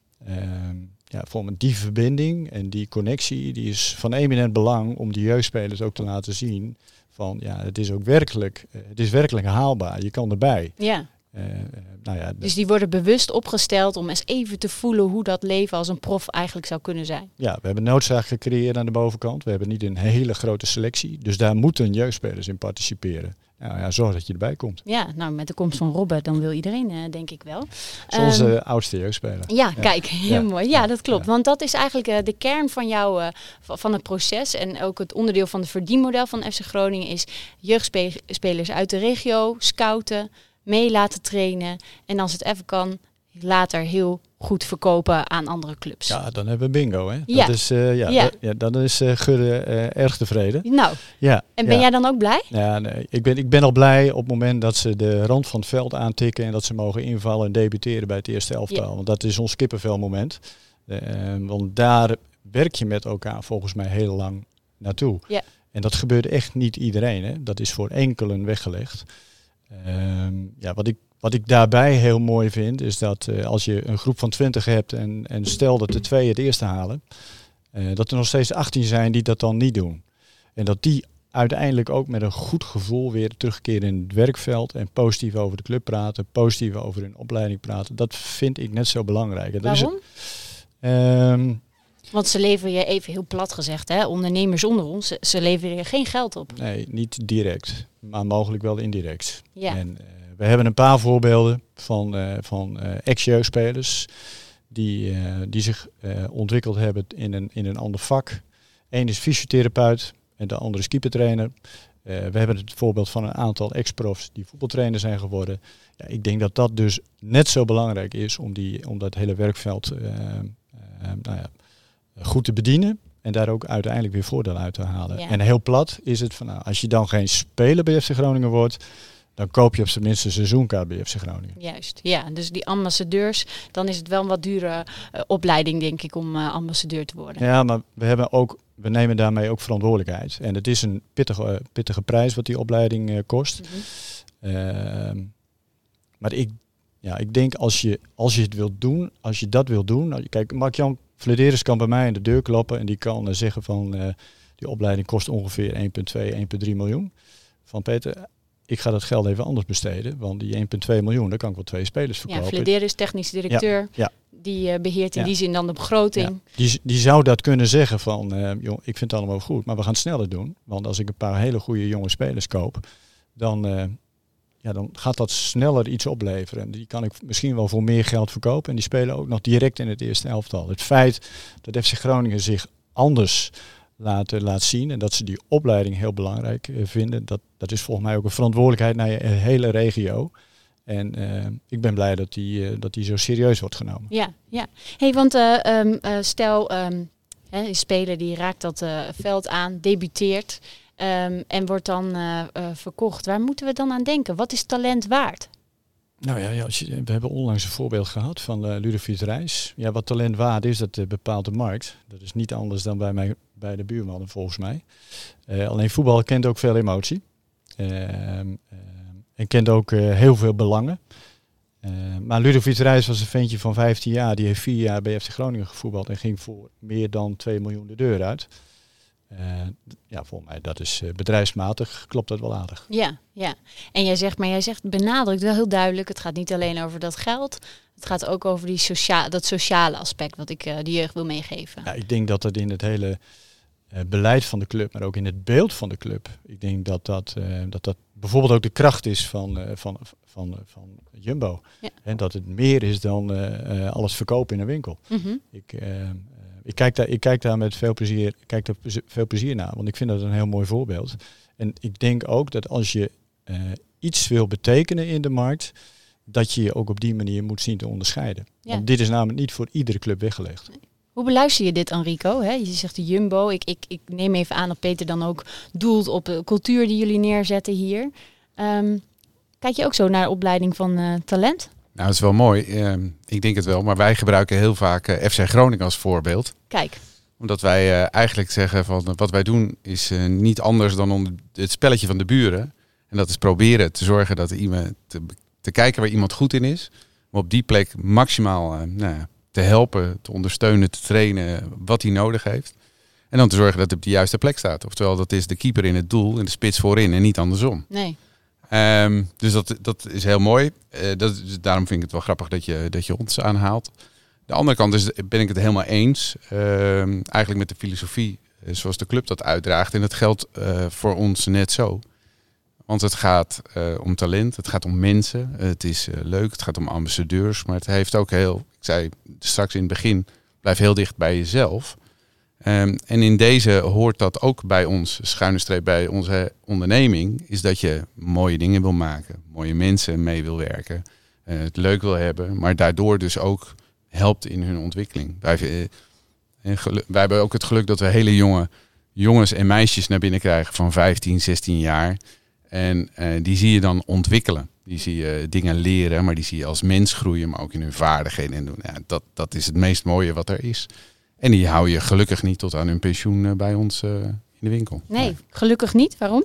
[SPEAKER 6] Um, ja, voor me die verbinding en die connectie, die is van eminent belang om die jeugdspelers ook te laten zien van ja, het is ook werkelijk, uh, het is werkelijk haalbaar. Je kan erbij.
[SPEAKER 3] Ja.
[SPEAKER 6] Uh, uh, nou ja,
[SPEAKER 3] Dus die worden bewust opgesteld om eens even te voelen hoe dat leven als een prof eigenlijk zou kunnen zijn.
[SPEAKER 6] Ja, we hebben noodzaak gecreëerd aan de bovenkant. We hebben niet een hele grote selectie. Dus daar moeten jeugdspelers in participeren. Nou ja, zorg dat je erbij komt.
[SPEAKER 3] Ja, nou met de komst van Robben, dan wil iedereen, uh, denk ik wel.
[SPEAKER 6] Zoals
[SPEAKER 3] Um,
[SPEAKER 6] de oudste jeugdspeler.
[SPEAKER 3] Ja, ja, kijk, heel
[SPEAKER 6] ja.
[SPEAKER 3] mooi. Ja, dat klopt.
[SPEAKER 6] Ja.
[SPEAKER 3] Want dat is eigenlijk uh, de kern van jou, uh, van het proces. En ook het onderdeel van het verdienmodel van F C Groningen is jeugdspelers uit de regio, scouten, mee laten trainen. En als het even kan, later heel goed verkopen aan andere clubs.
[SPEAKER 6] Ja, dan hebben we bingo, hè?
[SPEAKER 3] Ja.
[SPEAKER 6] Dat is, uh, ja,
[SPEAKER 3] Ja.
[SPEAKER 6] Dat, ja, dan is uh, Gudde uh, erg tevreden.
[SPEAKER 3] Nou,
[SPEAKER 6] Ja.
[SPEAKER 3] en ben
[SPEAKER 6] ja.
[SPEAKER 3] jij dan ook blij?
[SPEAKER 6] Ja, nee, ik, ben, ik ben al blij op het moment dat ze de rand van het veld aantikken en dat ze mogen invallen en debuteren bij het eerste elftal.
[SPEAKER 3] Ja.
[SPEAKER 6] Want dat is ons kippenvelmoment. Uh, want daar werk je met elkaar volgens mij heel lang naartoe.
[SPEAKER 3] Ja.
[SPEAKER 6] En dat gebeurt echt niet iedereen. Hè? Dat is voor enkelen weggelegd. Um, ja, wat ik Wat ik daarbij heel mooi vind, is dat uh, als je een groep van twintig hebt en, en stel dat de twee het eerste halen, uh, dat er nog steeds achttien zijn die dat dan niet doen. En dat die uiteindelijk ook met een goed gevoel weer terugkeren in het werkveld en positief over de club praten, positief over hun opleiding praten. Dat vind ik net zo belangrijk. En dat
[SPEAKER 3] Waarom?
[SPEAKER 6] Is, um,
[SPEAKER 3] Want ze leveren je, even heel plat gezegd, hè, ondernemers onder ons, ze, ze leveren je geen geld op.
[SPEAKER 6] nee, niet direct, maar mogelijk wel indirect.
[SPEAKER 3] Ja.
[SPEAKER 6] En uh, we hebben een paar voorbeelden van, uh, van uh, ex-jeugdspelers die, uh, die zich uh, ontwikkeld hebben in een, in een ander vak. Eén is fysiotherapeut en de andere is keepertrainer. Uh, we hebben het voorbeeld van een aantal ex-profs die voetbaltrainer zijn geworden. Ja, ik denk dat dat dus net zo belangrijk is om, die, om dat hele werkveld uh, uh, nou ja, goed te bedienen. En daar ook uiteindelijk weer voordeel uit te halen.
[SPEAKER 3] Ja.
[SPEAKER 6] En heel plat is het van, nou, als je dan geen speler bij F C Groningen wordt, dan koop je op zijn minst een seizoenkaart bij F C Groningen.
[SPEAKER 3] Juist, ja. Dus die ambassadeurs, dan is het wel een wat dure uh, opleiding, denk ik, om uh, ambassadeur te worden.
[SPEAKER 6] Ja, maar we hebben ook, we nemen daarmee ook verantwoordelijkheid. En het is een pittige, uh, pittige prijs wat die opleiding uh, kost.
[SPEAKER 3] Mm-hmm.
[SPEAKER 6] Uh, maar ik, ja, ik denk als je, als je het wilt doen, als je dat wilt doen. Nou, kijk, Mark-Jan Flederis kan bij mij in de deur kloppen en die kan uh, zeggen van uh, die opleiding kost ongeveer één komma twee, één komma drie miljoen. Van Peter, ik ga dat geld even anders besteden, want die één komma twee miljoen, daar kan ik wel twee spelers verkopen.
[SPEAKER 3] Ja, Flederis, technisch directeur,
[SPEAKER 6] Ja, ja.
[SPEAKER 3] die uh, beheert in
[SPEAKER 6] Ja.
[SPEAKER 3] die zin dan de begroting.
[SPEAKER 6] Ja, die, die zou dat kunnen zeggen van, uh, joh, ik vind het allemaal goed, maar we gaan het sneller doen. Want als ik een paar hele goede jonge spelers koop, dan, uh, ja, dan gaat dat sneller iets opleveren. En die kan ik misschien wel voor meer geld verkopen. En die spelen ook nog direct in het eerste elftal. Het feit dat F C Groningen zich anders laat, uh, laat zien en dat ze die opleiding heel belangrijk uh, vinden, dat, dat is volgens mij ook een verantwoordelijkheid naar je hele regio. En uh, ik ben blij dat die, uh, dat die zo serieus wordt genomen.
[SPEAKER 3] Ja, ja. Hey, want uh, um, uh, stel, um, hè, een speler die raakt dat uh, veld aan, debuteert um, en wordt dan uh, uh, verkocht. Waar moeten we dan aan denken? Wat is talent waard?
[SPEAKER 6] Nou ja, ja als je, we hebben onlangs een voorbeeld gehad van uh, Ludovic Reis. Ja, wat talent waard is, dat uh, bepaalt de markt. Dat is niet anders dan bij, mij, bij de buurmannen volgens mij. Uh, alleen voetbal kent ook veel emotie. Uh, uh, en kent ook uh, heel veel belangen. Uh, maar Ludovic Reis was een ventje van vijftien jaar. Die heeft vier jaar bij F C Groningen gevoetbald en ging voor meer dan twee miljoen de deur uit. Uh, ja, volgens mij dat is uh, bedrijfsmatig, klopt dat wel aardig.
[SPEAKER 3] Ja, ja. En jij zegt, maar jij zegt benadrukt wel heel duidelijk, het gaat niet alleen over dat geld. Het gaat ook over die socia- dat sociale aspect wat ik uh, de jeugd wil meegeven.
[SPEAKER 6] Ja, ik denk dat het in het hele uh, beleid van de club, maar ook in het beeld van de club. Ik denk dat dat, uh, dat, dat bijvoorbeeld ook de kracht is van, uh, van, van, van Jumbo.
[SPEAKER 3] Ja.
[SPEAKER 6] En dat het meer is dan uh, uh, alles verkopen in een winkel.
[SPEAKER 3] Mm-hmm.
[SPEAKER 6] Ik, uh, uh, ik, kijk daar, ik kijk daar met veel plezier, kijk daar veel plezier naar, want ik vind dat een heel mooi voorbeeld. En ik denk ook dat als je uh, iets wil betekenen in de markt, dat je je ook op die manier moet zien te onderscheiden.
[SPEAKER 3] Ja.
[SPEAKER 6] Want dit is namelijk niet voor iedere club weggelegd.
[SPEAKER 3] Hoe beluister je dit, Enrico? Hè? Je zegt de Jumbo. Ik, ik, ik neem even aan dat Peter dan ook doelt op de cultuur die jullie neerzetten hier. Um, kijk je ook zo naar de opleiding van uh, talent?
[SPEAKER 7] Nou, dat is wel mooi. Uh, ik denk het wel. Maar wij gebruiken heel vaak uh, F C Groningen als voorbeeld.
[SPEAKER 3] Kijk.
[SPEAKER 7] Omdat wij uh, eigenlijk zeggen van uh, wat wij doen is uh, niet anders dan onder het spelletje van de buren. En dat is proberen te zorgen dat iemand te, te kijken waar iemand goed in is. Maar op die plek maximaal uh, nou ja, te helpen, te ondersteunen, te trainen wat hij nodig heeft. En dan te zorgen dat het op de juiste plek staat. Oftewel, dat is de keeper in het doel en de spits voorin en niet andersom.
[SPEAKER 3] Nee.
[SPEAKER 7] Um, dus dat, dat is heel mooi. Uh, dat is, daarom vind ik het wel grappig dat je, dat je ons aanhaalt. De andere kant is, ben ik het helemaal eens. Uh, eigenlijk met de filosofie uh, zoals de club dat uitdraagt. En dat geldt uh, voor ons net zo. Want het gaat uh, om talent, het gaat om mensen. Uh, het is uh, leuk, het gaat om ambassadeurs. Maar het heeft ook heel, ik zei straks in het begin, blijf heel dicht bij jezelf. Um, en in deze hoort dat ook bij ons, schuine streep bij onze onderneming, is dat je mooie dingen wil maken, mooie mensen mee wil werken, uh, het leuk wil hebben, maar daardoor dus ook helpt in hun ontwikkeling. Wij, uh, gelu- wij hebben ook het geluk dat we hele jonge jongens en meisjes naar binnen krijgen van vijftien, zestien jaar. En uh, die zie je dan ontwikkelen. Die zie je dingen leren, maar die zie je als mens groeien, maar ook in hun vaardigheden en doen. Ja, dat, dat is het meest mooie wat er is. En die hou je gelukkig niet tot aan hun pensioen bij ons uh, in de winkel.
[SPEAKER 3] Nee,
[SPEAKER 7] Nee.
[SPEAKER 3] gelukkig niet. Waarom?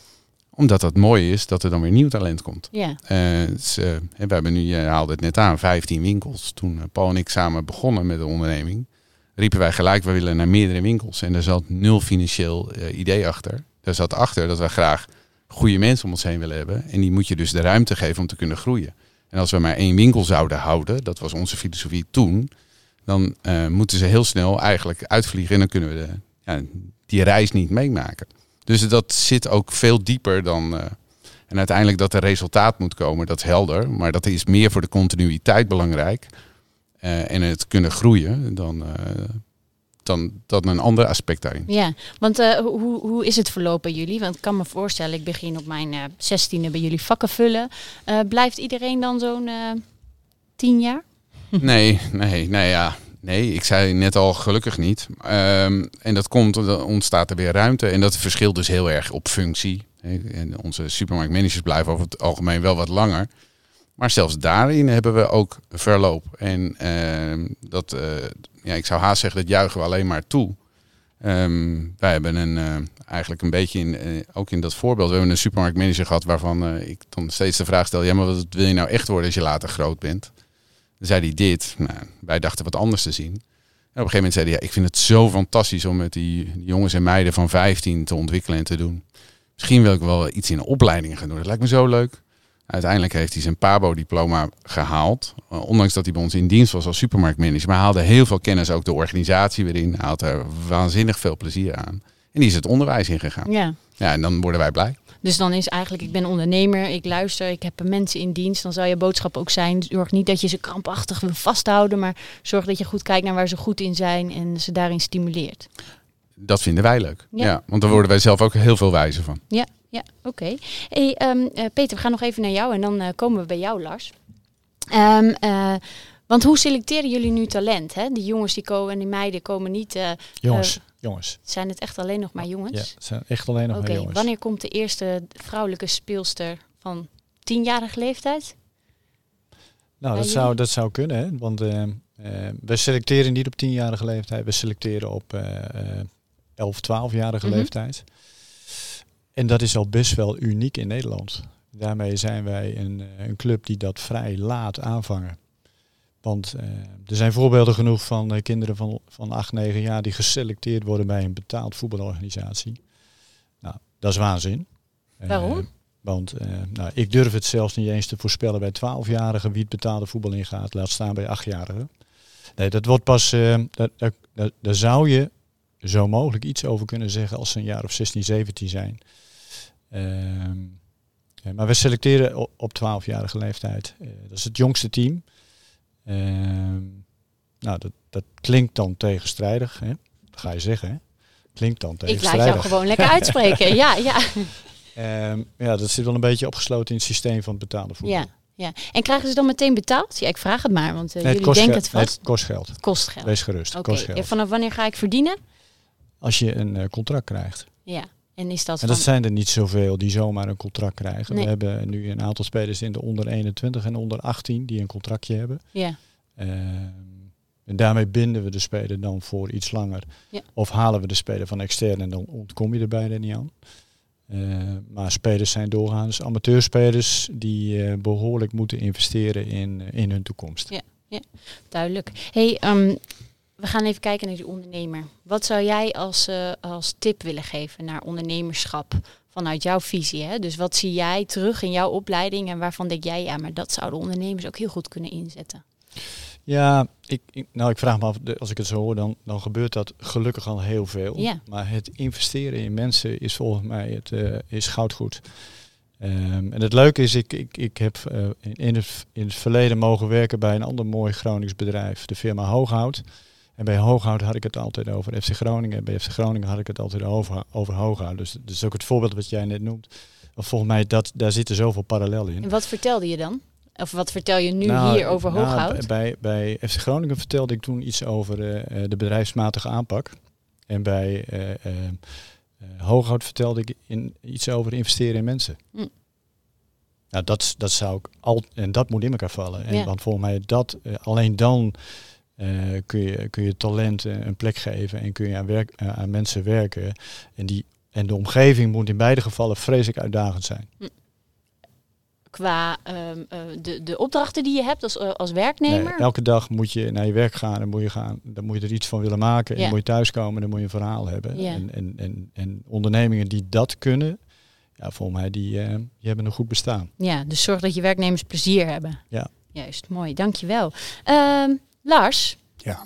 [SPEAKER 7] Omdat het mooi is dat er dan weer nieuw talent komt.
[SPEAKER 3] Ja.
[SPEAKER 7] Uh, dus, uh, we hebben nu, je haalde het net aan, vijftien winkels. Toen uh, Paul en ik samen begonnen met de onderneming, riepen wij gelijk, we willen naar meerdere winkels. En daar zat nul financieel uh, idee achter. daar zat achter dat wij graag goede mensen om ons heen willen hebben. En die moet je dus de ruimte geven om te kunnen groeien. En als we maar één winkel zouden houden, dat was onze filosofie toen, dan uh, moeten ze heel snel eigenlijk uitvliegen en dan kunnen we de, ja, die reis niet meemaken. Dus dat zit ook veel dieper dan... Uh, en uiteindelijk dat er resultaat moet komen, dat is helder. Maar dat is meer voor de continuïteit belangrijk. Uh, en het kunnen groeien dan, uh, dan, dan een ander aspect daarin.
[SPEAKER 3] Ja, want uh, hoe, hoe is het verlopen bij jullie? Want ik kan me voorstellen, ik begin op mijn uh, zestiende bij jullie vakken vullen. Uh, blijft iedereen dan zo'n uh, tien jaar?
[SPEAKER 7] Nee, nee, nee, ja. Nee, ik zei net al gelukkig niet. Um, en dat komt, dan ontstaat er weer ruimte. En dat verschilt dus heel erg op functie. En onze supermarktmanagers blijven over het algemeen wel wat langer. Maar zelfs daarin hebben we ook verloop. En uh, dat, uh, ja, ik zou haast zeggen, dat juichen we alleen maar toe. Um, wij hebben een, uh, eigenlijk een beetje, in, uh, ook in dat voorbeeld, we hebben een supermarktmanager gehad waarvan uh, ik dan steeds de vraag stel, ja, maar wat wil je nou echt worden als je later groot bent? Dan zei hij dit. Nou, wij dachten wat anders te zien. En op een gegeven moment zei hij, ja, ik vind het zo fantastisch om met die, die jongens en meiden van vijftien te ontwikkelen en te doen. Misschien wil ik wel iets in een opleiding gaan doen. Dat lijkt me zo leuk. Uiteindelijk heeft hij zijn P A B O-diploma gehaald. Ondanks dat hij bij ons in dienst was als supermarktmanager. Maar hij haalde heel veel kennis, ook de organisatie weer in. Hij had er waanzinnig veel plezier aan. En die is het onderwijs ingegaan.
[SPEAKER 3] Ja.
[SPEAKER 7] Ja, en dan worden wij blij.
[SPEAKER 3] Dus dan is eigenlijk, ik ben ondernemer, ik luister, ik heb mensen in dienst. Dan zou je boodschap ook zijn, zorg niet dat je ze krampachtig wil vasthouden. Maar zorg dat je goed kijkt naar waar ze goed in zijn en ze daarin stimuleert.
[SPEAKER 7] Dat vinden wij leuk.
[SPEAKER 3] Ja.
[SPEAKER 7] Ja, want daar worden wij zelf ook heel veel wijzer van.
[SPEAKER 3] Ja, ja, oké. Okay. Hey, um, uh, Peter, we gaan nog even naar jou en dan uh, komen we bij jou, Lars. Um, uh, want hoe selecteren jullie nu talent? Hè? Die jongens die komen en die meiden komen niet... Uh,
[SPEAKER 6] jongens,
[SPEAKER 3] uh,
[SPEAKER 6] jongens.
[SPEAKER 3] Zijn het echt alleen nog maar jongens?
[SPEAKER 6] Ja, het zijn echt alleen nog
[SPEAKER 3] okay.
[SPEAKER 6] maar jongens.
[SPEAKER 3] Wanneer komt de eerste vrouwelijke speelster van tienjarige leeftijd?
[SPEAKER 6] Nou, dat zou, dat zou kunnen, hè? Want uh, uh, we selecteren niet op tienjarige leeftijd. We selecteren op uh, elf, twaalfjarige mm-hmm. leeftijd. En dat is al best wel uniek in Nederland. Daarmee zijn wij een, een club die dat vrij laat aanvangen. Want uh, er zijn voorbeelden genoeg van uh, kinderen van, van acht, negen jaar die geselecteerd worden bij een betaald voetbalorganisatie. Nou, dat is waanzin.
[SPEAKER 3] Waarom?
[SPEAKER 6] Uh, want uh, nou, ik durf het zelfs niet eens te voorspellen bij twaalfjarigen wie het betaalde voetbal ingaat. Laat staan bij achtjarigen. Nee, dat wordt pas, uh, daar, daar, daar, daar zou je zo mogelijk iets over kunnen zeggen als ze een jaar of zestien, zeventien zijn. Uh, ja, maar we selecteren op, op twaalfjarige leeftijd. Uh, dat is het jongste team. Uh, nou, dat, dat klinkt dan tegenstrijdig. Hè? Dat ga je zeggen, hè? Klinkt dan tegenstrijdig.
[SPEAKER 3] Ik laat jou gewoon lekker uitspreken. ja, ja.
[SPEAKER 6] Um, ja, dat zit wel een beetje opgesloten in het systeem van het betaalde voetbal.
[SPEAKER 3] Ja, ja. En krijgen ze dan meteen betaald? Ja, ik vraag het maar, want uh,
[SPEAKER 6] nee,
[SPEAKER 3] jullie denken het vast.
[SPEAKER 6] Nee, het kost geld.
[SPEAKER 3] Het kost geld.
[SPEAKER 6] Wees gerust,
[SPEAKER 3] Oké,
[SPEAKER 6] okay.
[SPEAKER 3] ja, vanaf wanneer ga ik verdienen?
[SPEAKER 6] Als je een uh, contract krijgt.
[SPEAKER 3] Ja, en is dat
[SPEAKER 6] En
[SPEAKER 3] van...
[SPEAKER 6] dat zijn er niet zoveel die zomaar een contract krijgen.
[SPEAKER 3] Nee.
[SPEAKER 6] We hebben nu een aantal spelers in de onder eenentwintig en onder achttien die een contractje hebben.
[SPEAKER 3] Ja.
[SPEAKER 6] Uh, en daarmee binden we de speler dan voor iets langer.
[SPEAKER 3] Ja.
[SPEAKER 6] Of halen we de speler van extern en dan ontkom je er bijna niet aan. Uh, maar spelers zijn doorgaans amateurspelers die uh, behoorlijk moeten investeren in, uh, in hun toekomst.
[SPEAKER 3] Ja, ja, duidelijk. Hey, um, we gaan even kijken naar die ondernemer. Wat zou jij als, uh, als tip willen geven naar ondernemerschap vanuit jouw visie? Hè? Dus wat zie jij terug in jouw opleiding en waarvan denk jij, ja, maar dat zouden ondernemers ook heel goed kunnen inzetten?
[SPEAKER 6] Ja, ik, ik, nou ik vraag me af, als ik het zo hoor, dan, dan gebeurt dat gelukkig al heel veel.
[SPEAKER 3] Ja.
[SPEAKER 6] Maar het investeren in mensen is volgens mij het, uh, is goudgoed. Um, en het leuke is, ik, ik, ik heb uh, in, in, het, in het verleden mogen werken bij een ander mooi Gronings bedrijf, de firma Hooghout. En bij Hooghout had ik het altijd over F C Groningen. En bij F C Groningen had ik het altijd over, over Hooghout. Dus dat is ook het voorbeeld wat jij net noemt. Want volgens mij, dat, daar zitten zoveel parallellen in.
[SPEAKER 3] En wat vertelde je dan? Of wat vertel je nu
[SPEAKER 6] nou,
[SPEAKER 3] hier over
[SPEAKER 6] nou,
[SPEAKER 3] Hooghout?
[SPEAKER 6] Bij, bij F C Groningen vertelde ik toen iets over uh, de bedrijfsmatige aanpak. En bij uh, uh, uh, Hooghout vertelde ik in, iets over investeren in mensen. Hm. Nou, dat, dat zou ik al en dat moet in elkaar vallen. En
[SPEAKER 3] ja.
[SPEAKER 6] Want volgens mij dat uh, alleen dan uh, kun je kun je talent uh, een plek geven en kun je aan, werk, uh, aan mensen werken. En die en de omgeving moet in beide gevallen vreselijk uitdagend zijn. Hm.
[SPEAKER 3] qua um, uh, de, de opdrachten die je hebt als, uh, als werknemer?
[SPEAKER 6] Nee, elke dag moet je naar je werk gaan en moet je, gaan, dan moet je er iets van willen maken. En
[SPEAKER 3] Ja.
[SPEAKER 6] dan moet je thuiskomen en dan moet je een verhaal hebben.
[SPEAKER 3] Ja.
[SPEAKER 6] En, en, en, en ondernemingen die dat kunnen, ja, volgens mij, die, uh, die hebben een goed bestaan.
[SPEAKER 3] Ja, dus zorg dat je werknemers plezier hebben.
[SPEAKER 6] Ja.
[SPEAKER 3] Juist, mooi, dankjewel. Um, Lars?
[SPEAKER 5] Ja.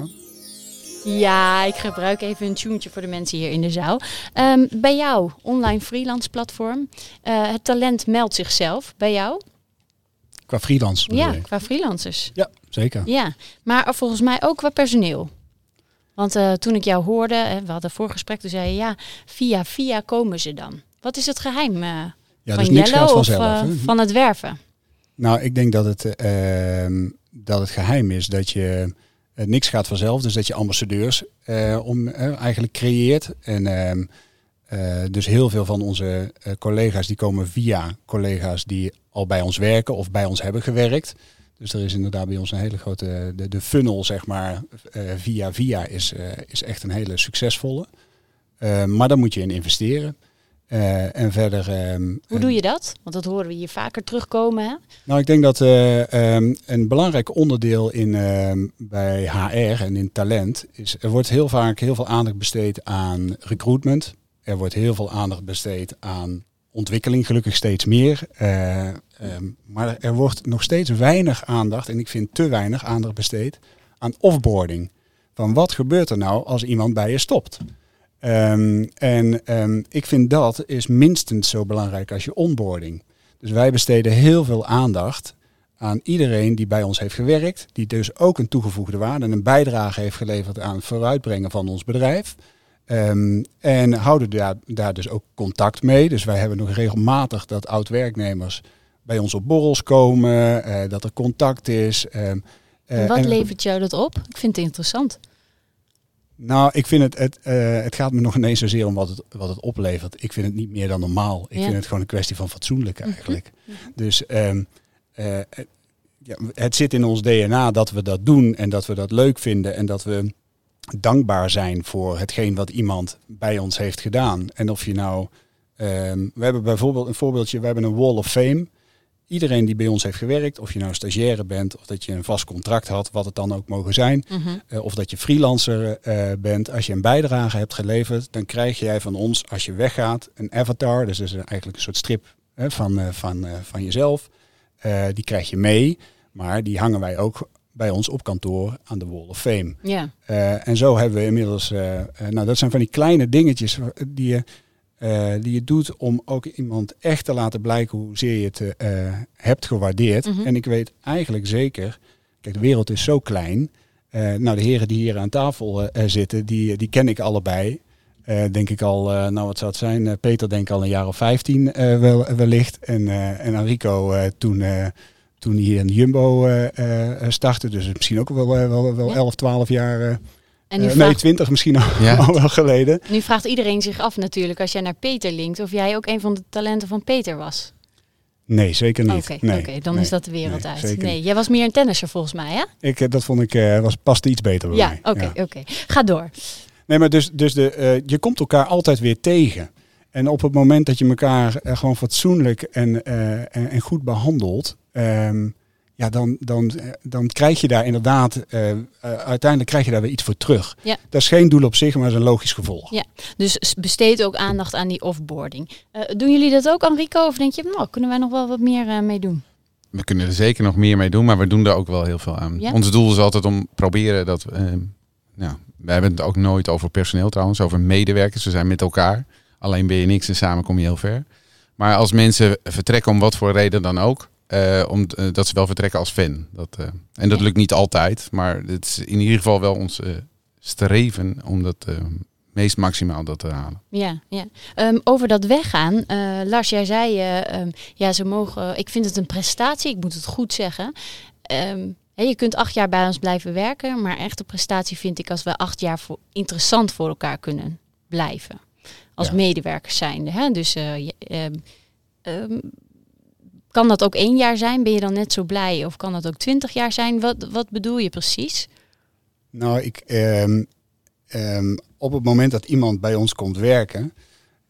[SPEAKER 3] Ja, ik gebruik even een tunetje voor de mensen hier in de zaal. Um, bij jou, online freelance platform. Uh, het talent meldt zichzelf bij jou.
[SPEAKER 5] Qua freelance bedoel
[SPEAKER 3] Ja,
[SPEAKER 5] je?
[SPEAKER 3] qua freelancers.
[SPEAKER 5] Ja, zeker.
[SPEAKER 3] Ja, maar volgens mij ook qua personeel. Want uh, toen ik jou hoorde, hè, we hadden een voorgesprek, toen zei je ja, via via komen ze dan. Wat is het geheim uh,
[SPEAKER 5] Ja,
[SPEAKER 3] van
[SPEAKER 5] dus niks
[SPEAKER 3] Jello
[SPEAKER 5] gaat
[SPEAKER 3] of
[SPEAKER 5] vanzelf.
[SPEAKER 3] uh,
[SPEAKER 5] hè?
[SPEAKER 3] van het werven?
[SPEAKER 5] Nou, ik denk dat het, uh, dat het geheim is dat je uh, niks gaat vanzelf. Dus dat je ambassadeurs uh, om, uh, eigenlijk creëert. En uh, uh, dus heel veel van onze uh, collega's die komen via collega's die al bij ons werken of bij ons hebben gewerkt. Dus er is inderdaad bij ons een hele grote, de, de funnel zeg maar, uh, via via is, uh, is echt een hele succesvolle. Uh, maar daar moet je in investeren. Uh, en verder. Um,
[SPEAKER 3] Hoe doe je dat? Want dat horen we hier vaker terugkomen. Hè?
[SPEAKER 5] Nou, ik denk dat uh, um, een belangrijk onderdeel in, uh, bij H R en in talent is, er wordt heel vaak heel veel aandacht besteed aan recruitment. Er wordt heel veel aandacht besteed aan ontwikkeling, gelukkig steeds meer. Uh, um, maar er wordt nog steeds weinig aandacht, en ik vind te weinig aandacht besteed, aan offboarding. Van wat gebeurt er nou als iemand bij je stopt? Um, en um, ik vind dat is minstens zo belangrijk als je onboarding. Dus wij besteden heel veel aandacht aan iedereen die bij ons heeft gewerkt, die dus ook een toegevoegde waarde en een bijdrage heeft geleverd aan het vooruitbrengen van ons bedrijf. Um, en houden daar, daar dus ook contact mee. Dus wij hebben nog regelmatig dat oud-werknemers bij ons op borrels komen, uh, dat er contact is. Um,
[SPEAKER 3] uh, Wat
[SPEAKER 5] en,
[SPEAKER 3] levert jou dat op? Ik vind het interessant.
[SPEAKER 5] Nou, ik vind het, het, uh, het gaat me nog ineens zozeer om wat het, wat het oplevert. Ik vind het niet meer dan normaal. Ik
[SPEAKER 3] ja.
[SPEAKER 5] vind het gewoon een kwestie van fatsoenlijk eigenlijk.
[SPEAKER 3] Mm-hmm.
[SPEAKER 5] Dus um, uh, ja, het zit in ons D N A dat we dat doen en dat we dat leuk vinden en dat we dankbaar zijn voor hetgeen wat iemand bij ons heeft gedaan. En of je nou, um, we hebben bijvoorbeeld een voorbeeldje, we hebben een Wall of Fame. Iedereen die bij ons heeft gewerkt, of je nou stagiaire bent, of dat je een vast contract had, wat het dan ook mogen zijn,
[SPEAKER 3] Mm-hmm.
[SPEAKER 5] uh, of dat je freelancer uh, bent, als je een bijdrage hebt geleverd, dan krijg jij van ons, als je weggaat, een avatar, dus dat is eigenlijk een soort strip uh, van, uh, van, uh, van jezelf. Uh, die krijg je mee, maar die hangen wij ook bij ons op kantoor aan de Wall of Fame.
[SPEAKER 3] Ja.
[SPEAKER 5] Uh, en zo hebben we inmiddels, uh, uh, nou dat zijn van die kleine dingetjes die je, uh, die je doet om ook iemand echt te laten blijken hoezeer je het uh, hebt gewaardeerd.
[SPEAKER 3] Mm-hmm.
[SPEAKER 5] En ik weet eigenlijk zeker, kijk de wereld is zo klein. Uh, nou de heren die hier aan tafel uh, zitten, die, die ken ik allebei. Uh, denk ik al, uh, nou wat zou het zijn, uh, Peter denk ik al een jaar of vijftien uh, wel, wellicht. En, uh, en Enrico uh, toen... Uh, Toen hij hier in de Jumbo uh, uh, startte. Dus misschien ook wel, uh, wel, wel
[SPEAKER 3] ja.
[SPEAKER 5] elf, twaalf jaar. Uh,
[SPEAKER 3] En nu
[SPEAKER 5] uh,
[SPEAKER 3] vraagt,
[SPEAKER 5] nee, twintig misschien al,
[SPEAKER 7] Ja.
[SPEAKER 5] al wel geleden.
[SPEAKER 3] nu vraagt iedereen zich af natuurlijk, als jij naar Peter linkt, of jij ook een van de talenten van Peter was.
[SPEAKER 5] Nee, zeker niet.
[SPEAKER 3] Oké,
[SPEAKER 5] nee,
[SPEAKER 3] okay, dan
[SPEAKER 5] nee,
[SPEAKER 3] is dat de wereld
[SPEAKER 5] nee,
[SPEAKER 3] uit.
[SPEAKER 5] zeker
[SPEAKER 3] Nee,
[SPEAKER 5] niet.
[SPEAKER 3] jij was meer een tennisser volgens mij, hè?
[SPEAKER 5] Ik, uh, dat vond ik, uh, was, paste iets beter bij
[SPEAKER 3] Ja,
[SPEAKER 5] mij.
[SPEAKER 3] oké, okay,
[SPEAKER 5] Ja.
[SPEAKER 3] oké. Okay. Ga door.
[SPEAKER 5] Nee, maar dus, dus de, uh, je komt elkaar altijd weer tegen. En op het moment dat je elkaar uh, gewoon fatsoenlijk en, uh, en, en goed behandelt... Um, ja, dan, dan, dan krijg je daar inderdaad, uh, uh, uiteindelijk krijg je daar weer iets voor terug.
[SPEAKER 3] Ja.
[SPEAKER 5] Dat is geen doel op zich, maar dat is een logisch gevolg.
[SPEAKER 3] Ja, dus besteed ook aandacht aan die offboarding. Uh, doen jullie dat ook, Enrico? Of denk je, nou, kunnen wij nog wel wat meer uh, mee doen?
[SPEAKER 7] We kunnen er zeker nog meer mee doen, maar we doen er ook wel heel veel aan.
[SPEAKER 3] Ja?
[SPEAKER 7] Ons doel is altijd om proberen dat... Uh, nou, we hebben het ook nooit over personeel trouwens, over medewerkers. We zijn met elkaar. Alleen ben je niks en samen kom je heel ver. Maar als mensen vertrekken om wat voor reden dan ook... Uh, om, uh, dat ze wel vertrekken als fan. Dat, uh, en dat lukt niet altijd, maar het is in ieder geval wel ons uh, streven om dat uh, meest maximaal dat te halen.
[SPEAKER 3] Ja, ja. Um, over dat weggaan. Uh, Lars, jij zei, uh, um, ja, ze mogen. Uh, ik vind het een prestatie. Ik moet het goed zeggen. Um, he, je kunt acht jaar bij ons blijven werken, maar echte prestatie vind ik als we acht jaar voor, interessant voor elkaar kunnen blijven, als
[SPEAKER 5] ja.
[SPEAKER 3] medewerkers zijnde. Hè? Dus. Uh, um, um, Kan dat ook één jaar zijn? Ben je dan net zo blij? Of kan dat ook twintig jaar zijn? Wat, wat bedoel je precies?
[SPEAKER 5] Nou, ik, um, um, op het moment dat iemand bij ons komt werken...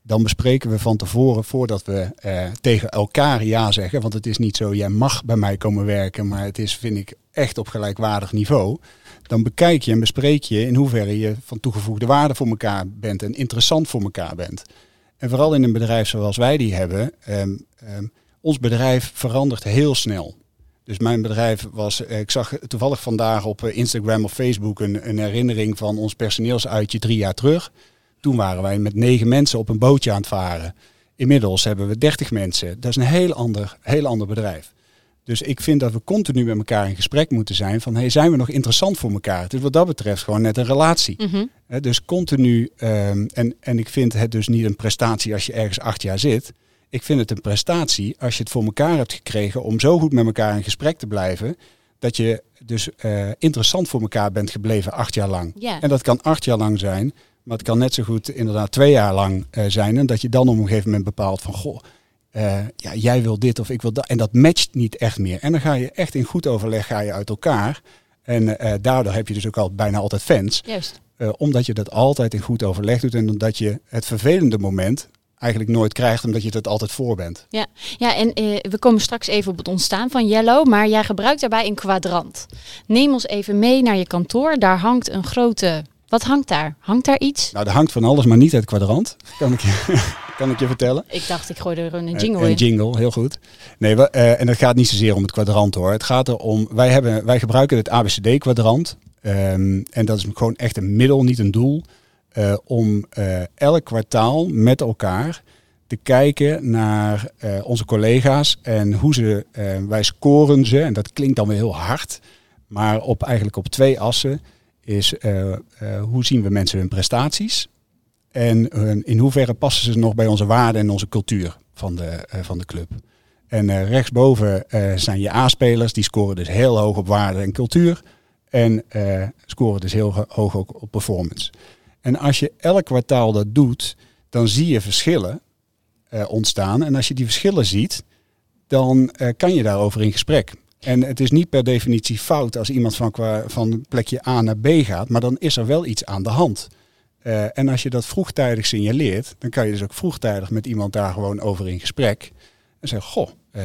[SPEAKER 5] dan bespreken we van tevoren, voordat we uh, tegen elkaar ja zeggen. Want het is niet zo, jij mag bij mij komen werken, maar het is, vind ik, echt op gelijkwaardig niveau. Dan bekijk je en bespreek je in hoeverre je van toegevoegde waarde voor elkaar bent en interessant voor elkaar bent. En vooral in een bedrijf zoals wij die hebben, um, um, ons bedrijf verandert heel snel. Dus mijn bedrijf was, ik zag toevallig vandaag op Instagram of Facebook een, een herinnering van ons personeelsuitje drie jaar terug. Toen waren wij met negen mensen op een bootje aan het varen. Inmiddels hebben we dertig mensen. Dat is een heel ander, heel ander bedrijf. Dus ik vind dat we continu met elkaar in gesprek moeten zijn van, hey, zijn we nog interessant voor elkaar? Het is wat dat betreft gewoon net een relatie.
[SPEAKER 3] Mm-hmm.
[SPEAKER 5] He, dus continu, um, en, en ik vind het dus niet een prestatie als je ergens acht jaar zit. Ik vind het een prestatie als je het voor elkaar hebt gekregen om zo goed met elkaar in gesprek te blijven, dat je dus uh, interessant voor elkaar bent gebleven acht jaar lang.
[SPEAKER 3] Yeah.
[SPEAKER 5] En dat kan acht jaar lang zijn, maar het kan net zo goed inderdaad twee jaar lang uh, zijn. En dat je dan op een gegeven moment bepaalt van, goh, uh, ja, jij wil dit of ik wil dat. En dat matcht niet echt meer. En dan ga je echt in goed overleg ga je uit elkaar. En uh, daardoor heb je dus ook al bijna altijd fans.
[SPEAKER 3] Juist.
[SPEAKER 5] Uh, omdat je dat altijd in goed overleg doet en omdat je het vervelende moment eigenlijk nooit krijgt, omdat je het altijd voor bent.
[SPEAKER 3] Ja, ja en uh, we komen straks even op het ontstaan van Yellow, maar jij gebruikt daarbij een kwadrant. Neem ons even mee naar je kantoor. Daar hangt een grote... Wat hangt daar? Hangt daar iets?
[SPEAKER 5] Nou, er hangt van alles, maar niet het kwadrant. Kan ik je, kan ik je vertellen.
[SPEAKER 3] Ik dacht, ik gooi er een jingle
[SPEAKER 5] uh,
[SPEAKER 3] in.
[SPEAKER 5] Een jingle, heel goed. Nee, we, uh, en het gaat niet zozeer om het kwadrant hoor. Het gaat erom, wij, hebben, wij gebruiken het A B C D-kwadrant. Um, en dat is gewoon echt een middel, niet een doel. Uh, om uh, elk kwartaal met elkaar te kijken naar uh, onze collega's en hoe ze, uh, wij scoren ze. En dat klinkt dan weer heel hard. Maar op, eigenlijk op twee assen is uh, uh, hoe zien we mensen hun prestaties. En uh, in hoeverre passen ze nog bij onze waarden en onze cultuur van de, uh, van de club. En uh, rechtsboven uh, zijn je A-spelers, die scoren dus heel hoog op waarde en cultuur. En uh, scoren dus heel hoog ook op performance. En als je elk kwartaal dat doet, dan zie je verschillen uh, ontstaan. En als je die verschillen ziet, dan uh, kan je daarover in gesprek. En het is niet per definitie fout als iemand van, qua, van plekje A naar B gaat, maar dan is er wel iets aan de hand. Uh, en als je dat vroegtijdig signaleert, dan kan je dus ook vroegtijdig met iemand daar gewoon over in gesprek. En zeggen, goh, uh,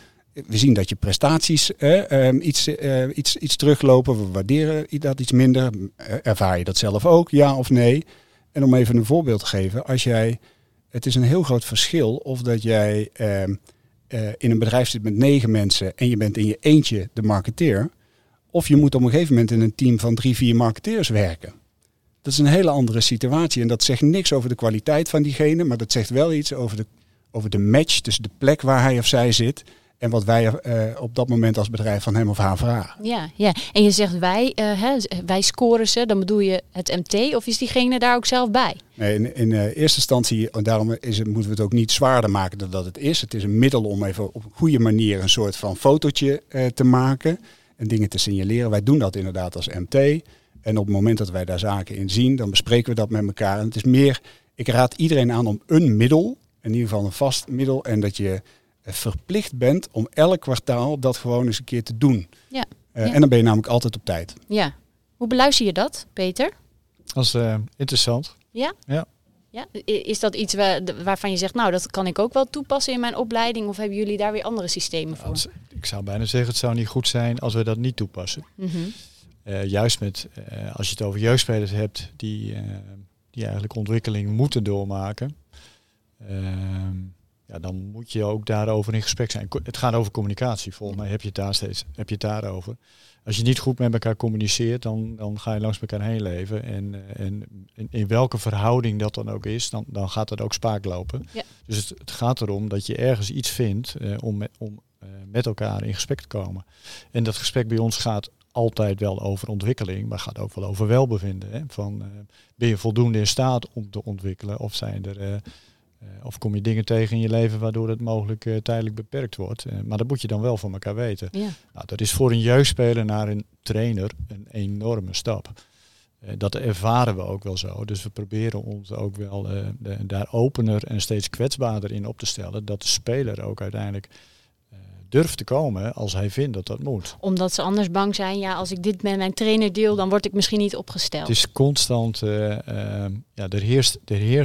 [SPEAKER 5] we zien dat je prestaties uh, um, iets, uh, iets, iets teruglopen. We waarderen dat iets minder. Uh, ervaar je dat zelf ook, ja of nee? En om even een voorbeeld te geven. Als jij, het is een heel groot verschil of dat jij uh, uh, in een bedrijf zit met negen mensen en je bent in je eentje de marketeer. Of je moet op een gegeven moment in een team van drie, vier marketeers werken. Dat is een hele andere situatie. En dat zegt niks over de kwaliteit van diegene, maar dat zegt wel iets over de, over de match tussen de plek waar hij of zij zit en wat wij uh, op dat moment als bedrijf van hem of haar vragen.
[SPEAKER 3] Ja, ja. En je zegt wij, uh, hè, wij scoren ze, dan bedoel je het M T of is diegene daar ook zelf bij?
[SPEAKER 5] Nee, in, in uh, eerste instantie, en daarom is het, moeten we het ook niet zwaarder maken dan dat het is. Het is een middel om even op een goede manier een soort van fotootje uh, te maken en dingen te signaleren. Wij doen dat inderdaad als M T. En op het moment dat wij daar zaken in zien, dan bespreken we dat met elkaar. En het is meer, ik raad iedereen aan om een middel, in ieder geval een vast middel, en dat je verplicht bent om elk kwartaal dat gewoon eens een keer te doen.
[SPEAKER 3] Ja,
[SPEAKER 5] uh,
[SPEAKER 3] ja.
[SPEAKER 5] En dan ben je namelijk altijd op tijd.
[SPEAKER 3] Ja. Hoe beluister je dat, Peter?
[SPEAKER 6] Dat is uh, interessant.
[SPEAKER 3] Ja?
[SPEAKER 6] Ja.
[SPEAKER 3] Ja? Is dat iets waar, waarvan je zegt, nou, dat kan ik ook wel toepassen in mijn opleiding? Of hebben jullie daar weer andere systemen voor?
[SPEAKER 6] Als, ik zou bijna zeggen, het zou niet goed zijn als we dat niet toepassen.
[SPEAKER 3] Mm-hmm.
[SPEAKER 6] Uh, juist met, uh, als je het over jeugdspelers hebt die, uh, die eigenlijk ontwikkeling moeten doormaken. Uh, ja, dan moet je ook daarover in gesprek zijn. Het gaat over communicatie. Volgens mij heb je het daar steeds heb je het daarover. Als je niet goed met elkaar communiceert, dan, dan ga je langs elkaar heen leven. En, uh, en in, in welke verhouding dat dan ook is, dan, dan gaat dat ook spaak lopen. Ja. Dus het, het gaat erom dat je ergens iets vindt uh, om, met, om uh, met elkaar in gesprek te komen. En dat gesprek bij ons gaat altijd wel over ontwikkeling, maar gaat ook wel over welbevinden. Hè? Van, uh, ben je voldoende in staat om te ontwikkelen? Of zijn er, uh, uh, of kom je dingen tegen in je leven waardoor het mogelijk uh, tijdelijk beperkt wordt? Uh, maar dat moet je dan wel van elkaar weten. Ja. Nou, dat is voor een jeugdspeler naar een trainer een enorme stap. Uh, dat ervaren we ook wel zo. Dus we proberen ons ook wel uh, de, daar opener en steeds kwetsbaarder in op te stellen. Dat de speler ook uiteindelijk durft te komen als hij vindt dat dat moet.
[SPEAKER 3] Omdat ze anders bang zijn, ja, als ik dit met mijn trainer deel, dan word ik misschien niet opgesteld.
[SPEAKER 6] Het is constant, uh, uh, ja, er heerst, er heerst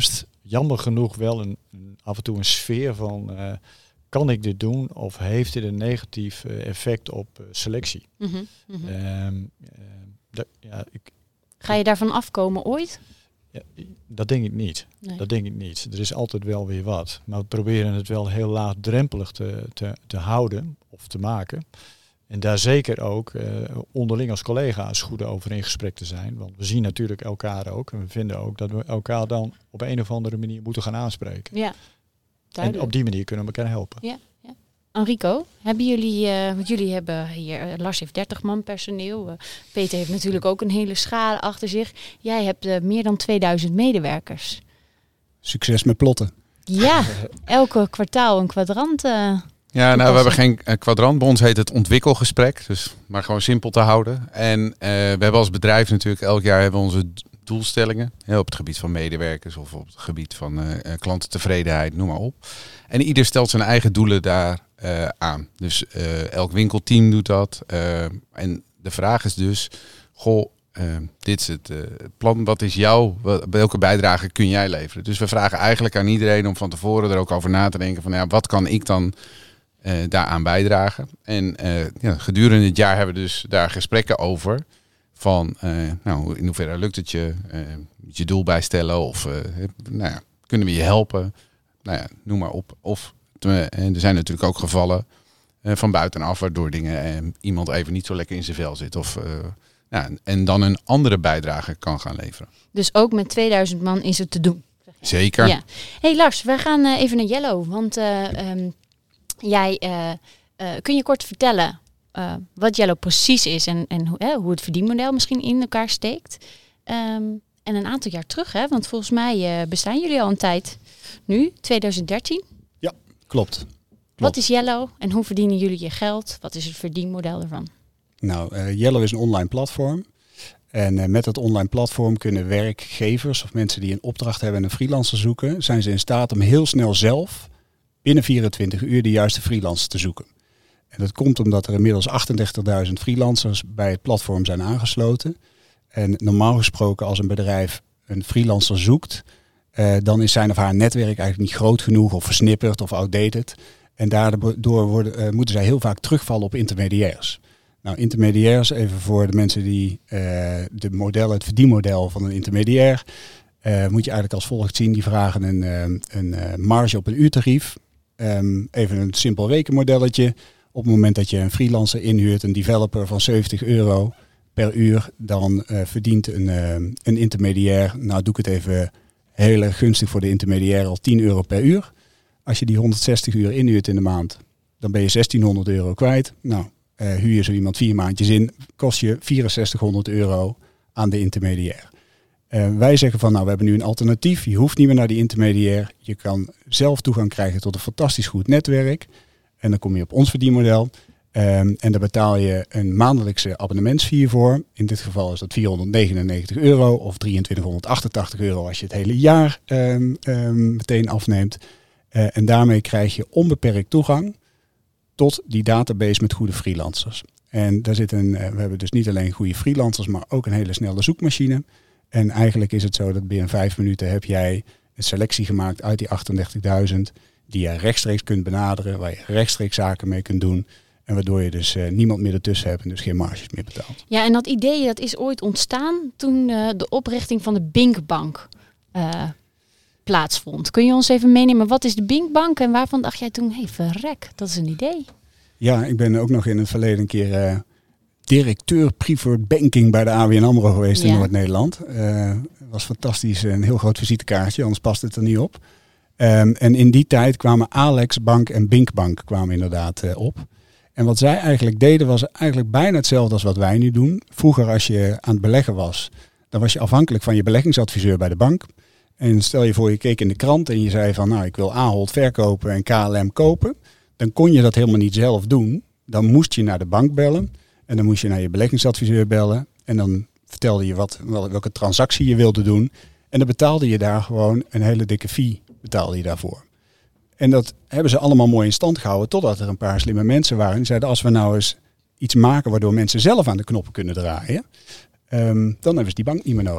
[SPEAKER 6] jammer genoeg wel een, een, af en toe een sfeer van... Uh, kan ik dit doen of heeft dit een negatief uh, effect op uh, selectie?
[SPEAKER 3] Mm-hmm, mm-hmm.
[SPEAKER 6] Um, uh, dat, ja, ik,
[SPEAKER 3] Ga je daarvan afkomen ooit?
[SPEAKER 6] Ja, dat denk ik niet. Nee. Dat denk ik niet. Er is altijd wel weer wat. Maar we proberen het wel heel laagdrempelig te, te, te houden of te maken. En daar zeker ook uh, onderling als collega's goed over in gesprek te zijn. Want we zien natuurlijk elkaar ook. En we vinden ook dat we elkaar dan op een of andere manier moeten gaan aanspreken.
[SPEAKER 3] Ja, duidelijk.
[SPEAKER 6] En op die manier kunnen we elkaar helpen.
[SPEAKER 3] Ja, ja. Enrico, hebben jullie, uh, want jullie hebben hier, uh, Lars heeft dertig man personeel. Uh, Peter heeft natuurlijk ook een hele schade achter zich. Jij hebt uh, meer dan tweeduizend medewerkers.
[SPEAKER 5] Succes met plotten.
[SPEAKER 3] Ja, elke kwartaal een kwadrant. Uh,
[SPEAKER 7] Ja, nou, we hebben geen uh, kwadrant. Bij ons heet het ontwikkelgesprek. Dus maar gewoon simpel te houden. En uh, we hebben als bedrijf natuurlijk elk jaar hebben we onze doelstellingen. Hè, op het gebied van medewerkers of op het gebied van uh, klantentevredenheid, noem maar op. En ieder stelt zijn eigen doelen daar uh, aan. Dus uh, elk winkelteam doet dat. Uh, en de vraag is dus, goh, uh, dit is het uh, plan. Wat is jouw, welke bijdrage kun jij leveren? Dus we vragen eigenlijk aan iedereen om van tevoren er ook over na te denken van, ja, wat kan ik dan Uh, daaraan bijdragen. En uh, ja, gedurende het jaar hebben we dus daar gesprekken over. Van, uh, nou, in hoeverre lukt het je? Uh, je doel bijstellen? Of uh, nou ja, kunnen we je helpen? Nou ja, noem maar op. Of uh, er zijn natuurlijk ook gevallen uh, van buitenaf waardoor dingen uh, iemand even niet zo lekker in zijn vel zit. Of, uh, ja, en dan een andere bijdrage kan gaan leveren.
[SPEAKER 3] Dus ook met tweeduizend man is het te doen.
[SPEAKER 7] Zeker.
[SPEAKER 3] Ja. Hey Lars, wij gaan uh, even naar Yellow. Want uh, um, Jij, uh, uh, kun je kort vertellen uh, wat Yellow precies is en, en hoe, uh, hoe het verdienmodel misschien in elkaar steekt? Um, en een aantal jaar terug, hè, want volgens mij uh, bestaan jullie al een tijd. Nu, twintig dertien.
[SPEAKER 5] Ja, klopt. klopt.
[SPEAKER 3] Wat is Yellow en hoe verdienen jullie je geld? Wat is het verdienmodel ervan?
[SPEAKER 5] Nou, uh, Yellow is een online platform. En uh, met dat online platform kunnen werkgevers of mensen die een opdracht hebben en een freelancer zoeken, zijn ze in staat om heel snel zelf binnen vierentwintig uur de juiste freelancer te zoeken. En dat komt omdat er inmiddels achtendertigduizend freelancers bij het platform zijn aangesloten. En normaal gesproken als een bedrijf een freelancer zoekt, uh, dan is zijn of haar netwerk eigenlijk niet groot genoeg of versnipperd of outdated. En daardoor worden, uh, moeten zij heel vaak terugvallen op intermediairs. Nou, intermediairs, even voor de mensen die uh, de model, het verdienmodel van een intermediair, uh, moet je eigenlijk als volgt zien. Die vragen een, uh, een uh, marge op een uurtarief. Um, even een simpel rekenmodelletje. Op het moment dat je een freelancer inhuurt, een developer van zeventig euro per uur, dan uh, verdient een, uh, een intermediair, nou doe ik het even heel erg gunstig voor de intermediair, al tien euro per uur. Als je die honderdzestig uur inhuurt in de maand, dan ben je zestienhonderd euro kwijt. Nou, uh, huur je zo iemand vier maandjes in, kost je vierenzestighonderd euro aan de intermediair. Uh, wij zeggen van, nou, we hebben nu een alternatief. Je hoeft niet meer naar die intermediair. Je kan zelf toegang krijgen tot een fantastisch goed netwerk. En dan kom je op ons verdienmodel. Um, en daar betaal je een maandelijkse abonnementsfee voor. In dit geval is dat vierhonderdnegenennegentig euro of drieëntwintighonderdachtentachtig euro als je het hele jaar um, um, meteen afneemt. Uh, en daarmee krijg je onbeperkt toegang tot die database met goede freelancers. En daar zit een, uh, we hebben dus niet alleen goede freelancers, maar ook een hele snelle zoekmachine. En eigenlijk is het zo dat binnen vijf minuten heb jij een selectie gemaakt uit die achtendertigduizend die je rechtstreeks kunt benaderen, waar je rechtstreeks zaken mee kunt doen. En waardoor je dus uh, niemand meer ertussen hebt en dus geen marges meer betaalt.
[SPEAKER 3] Ja, en dat idee dat is ooit ontstaan toen uh, de oprichting van de Binkbank uh, plaatsvond. Kun je ons even meenemen, wat is de Binkbank en waarvan dacht jij toen, hé hey, verrek, dat is een idee?
[SPEAKER 5] Ja, ik ben ook nog in het verleden een keer uh, directeur preferred banking bij de A B N AMRO geweest ja. in Noord-Nederland. Uh, was fantastisch, een heel groot visitekaartje, anders past het er niet op. Um, en in die tijd kwamen Alex Bank en Binkbank kwamen inderdaad uh, op. En wat zij eigenlijk deden was eigenlijk bijna hetzelfde als wat wij nu doen. Vroeger als je aan het beleggen was, dan was je afhankelijk van je beleggingsadviseur bij de bank. En stel je voor je keek in de krant en je zei van nou ik wil Ahold verkopen en K L M kopen. Dan kon je dat helemaal niet zelf doen. Dan moest je naar de bank bellen en dan moest je naar je beleggingsadviseur bellen. En dan vertelde je wat, welke transactie je wilde doen. En dan betaalde je daar gewoon een hele dikke fee betaalde je daarvoor. En dat hebben ze allemaal mooi in stand gehouden totdat er een paar slimme mensen waren. Die zeiden als we nou eens iets maken waardoor mensen zelf aan de knoppen kunnen draaien, um, dan hebben ze die bank niet meer nodig.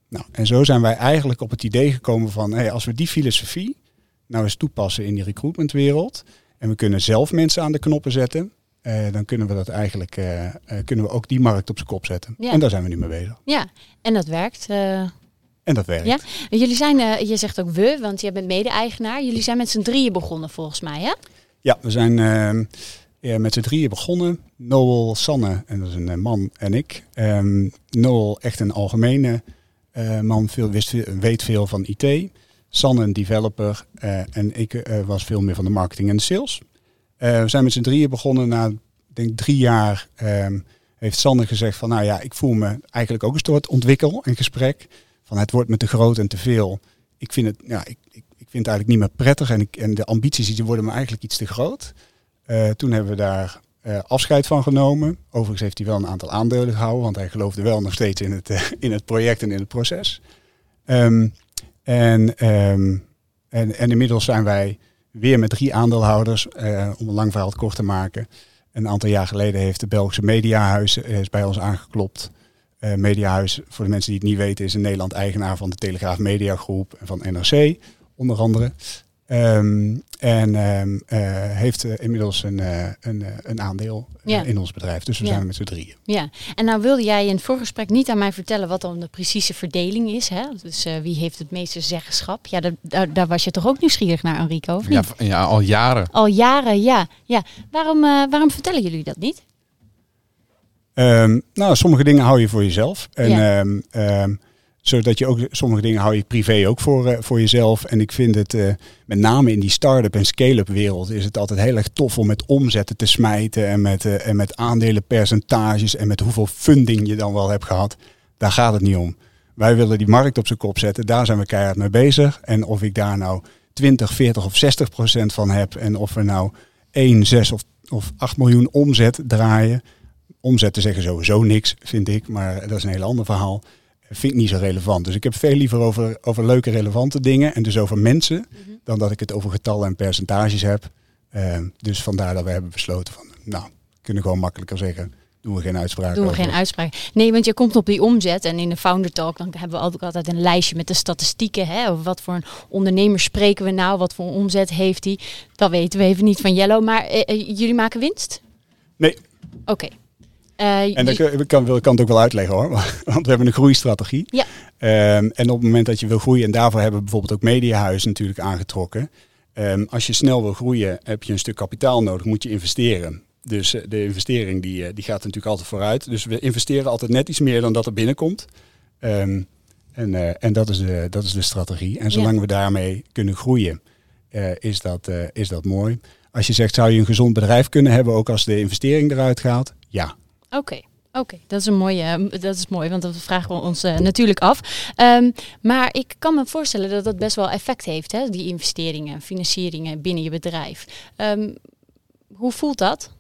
[SPEAKER 5] Nou, en zo zijn wij eigenlijk op het idee gekomen van, hey, als we die filosofie nou eens toepassen in die recruitmentwereld en we kunnen zelf mensen aan de knoppen zetten, uh, dan kunnen we dat eigenlijk, uh, uh, kunnen we ook die markt op zijn kop zetten.
[SPEAKER 3] Ja.
[SPEAKER 5] En daar zijn we nu mee bezig.
[SPEAKER 3] Ja, en dat werkt. Uh...
[SPEAKER 5] En dat werkt.
[SPEAKER 3] Ja? Jullie zijn, uh, je zegt ook we, want je bent mede-eigenaar. Jullie zijn met z'n drieën begonnen volgens mij, hè?
[SPEAKER 5] Ja, we zijn uh, ja, met z'n drieën begonnen. Noel, Sanne, en dat is een uh, man, en ik. Um, Noel echt een algemene uh, man, veel, wist, weet veel van I T. Sanne een developer uh, en ik uh, was veel meer van de marketing en de sales. Uh, we zijn met z'n drieën begonnen. Na denk drie jaar um, heeft Sanne gezegd van nou ja, ik voel me eigenlijk ook een soort ontwikkel in gesprek. Van het wordt me te groot en te veel. Ik vind het, ja, ik, ik, ik vind het eigenlijk niet meer prettig en, ik, en de ambities die worden me eigenlijk iets te groot. Uh, toen hebben we daar uh, afscheid van genomen. Overigens heeft hij wel een aantal aandelen gehouden, want hij geloofde wel nog steeds in het, uh, in het project en in het proces. Um, en, um, en, en inmiddels zijn wij weer met drie aandeelhouders, uh, om een lang verhaal kort te maken. Een aantal jaar geleden heeft de Belgische Mediahuis uh, is bij ons aangeklopt. Uh, Mediahuis, voor de mensen die het niet weten, is in Nederland eigenaar van de Telegraaf Media Groep en van N R C, onder andere. Um, en um, uh, heeft uh, inmiddels een, uh, een, uh, een aandeel uh,
[SPEAKER 3] ja.
[SPEAKER 5] in ons bedrijf. Dus we
[SPEAKER 3] ja.
[SPEAKER 5] zijn er met z'n drieën.
[SPEAKER 3] Ja, en nou wilde jij in het voorgesprek niet aan mij vertellen wat dan de precieze verdeling is. Hè? Dus uh, wie heeft het meeste zeggenschap? Ja, daar, daar, daar was je toch ook nieuwsgierig naar, Enrico, of niet?
[SPEAKER 7] Ja, ja, al jaren.
[SPEAKER 3] Al jaren, ja. ja. Waarom, uh, waarom vertellen jullie dat niet?
[SPEAKER 5] Um, nou, sommige dingen hou je voor jezelf. En
[SPEAKER 3] Ja.
[SPEAKER 5] um, um, zodat je ook sommige dingen hou je privé ook voor, uh, voor jezelf. En ik vind het uh, met name in die start-up en scale-up wereld is het altijd heel erg tof om met omzetten te smijten en met, uh, en met aandelenpercentages en met hoeveel funding je dan wel hebt gehad. Daar gaat het niet om. Wij willen die markt op zijn kop zetten. Daar zijn we keihard mee bezig. En of ik daar nou twintig, veertig of zestig procent van heb en of we nou één, zes of, of acht miljoen omzet draaien. Omzetten zeggen sowieso niks, vind ik. Maar dat is een heel ander verhaal. Vind ik niet zo relevant. Dus ik heb veel liever over, over leuke, relevante dingen. En dus over mensen. Mm-hmm. Dan dat ik het over getallen en percentages heb. Uh, dus vandaar dat we hebben besloten van... Nou, kunnen gewoon makkelijker zeggen... Doen we geen uitspraak
[SPEAKER 3] Doen we
[SPEAKER 5] over.
[SPEAKER 3] geen uitspraak. Nee, want je komt op die omzet. En in de Founder Talk dan hebben we ook altijd een lijstje met de statistieken. Hè? Over wat voor een ondernemer spreken we nou? Wat voor een omzet heeft hij? Dat weten we even niet van Yellow. Maar uh, jullie maken winst?
[SPEAKER 5] Nee.
[SPEAKER 3] Oké. Okay. Uh,
[SPEAKER 5] en dat kan, kan, ik kan het ook wel uitleggen hoor, want we hebben een groeistrategie.
[SPEAKER 3] Ja.
[SPEAKER 5] Um, en op het moment dat je wil groeien, en daarvoor hebben we bijvoorbeeld ook Mediahuis natuurlijk aangetrokken. Um, als je snel wil groeien, heb je een stuk kapitaal nodig, moet je investeren. Dus uh, de investering die, uh, die gaat natuurlijk altijd vooruit. Dus we investeren altijd net iets meer dan dat er binnenkomt. Um, en uh, en dat, is de, dat is de strategie. En zolang ja. we daarmee kunnen groeien, uh, is, dat, uh, is dat mooi. Als je zegt, zou je een gezond bedrijf kunnen hebben, ook als de investering eruit gaat? Ja.
[SPEAKER 3] Oké, okay, oké, okay. dat is een mooie, dat is mooi, want dat vragen we ons uh, natuurlijk af. Um, maar ik kan me voorstellen dat dat best wel effect heeft, hè, die investeringen, financieringen binnen je bedrijf. Um, hoe voelt dat?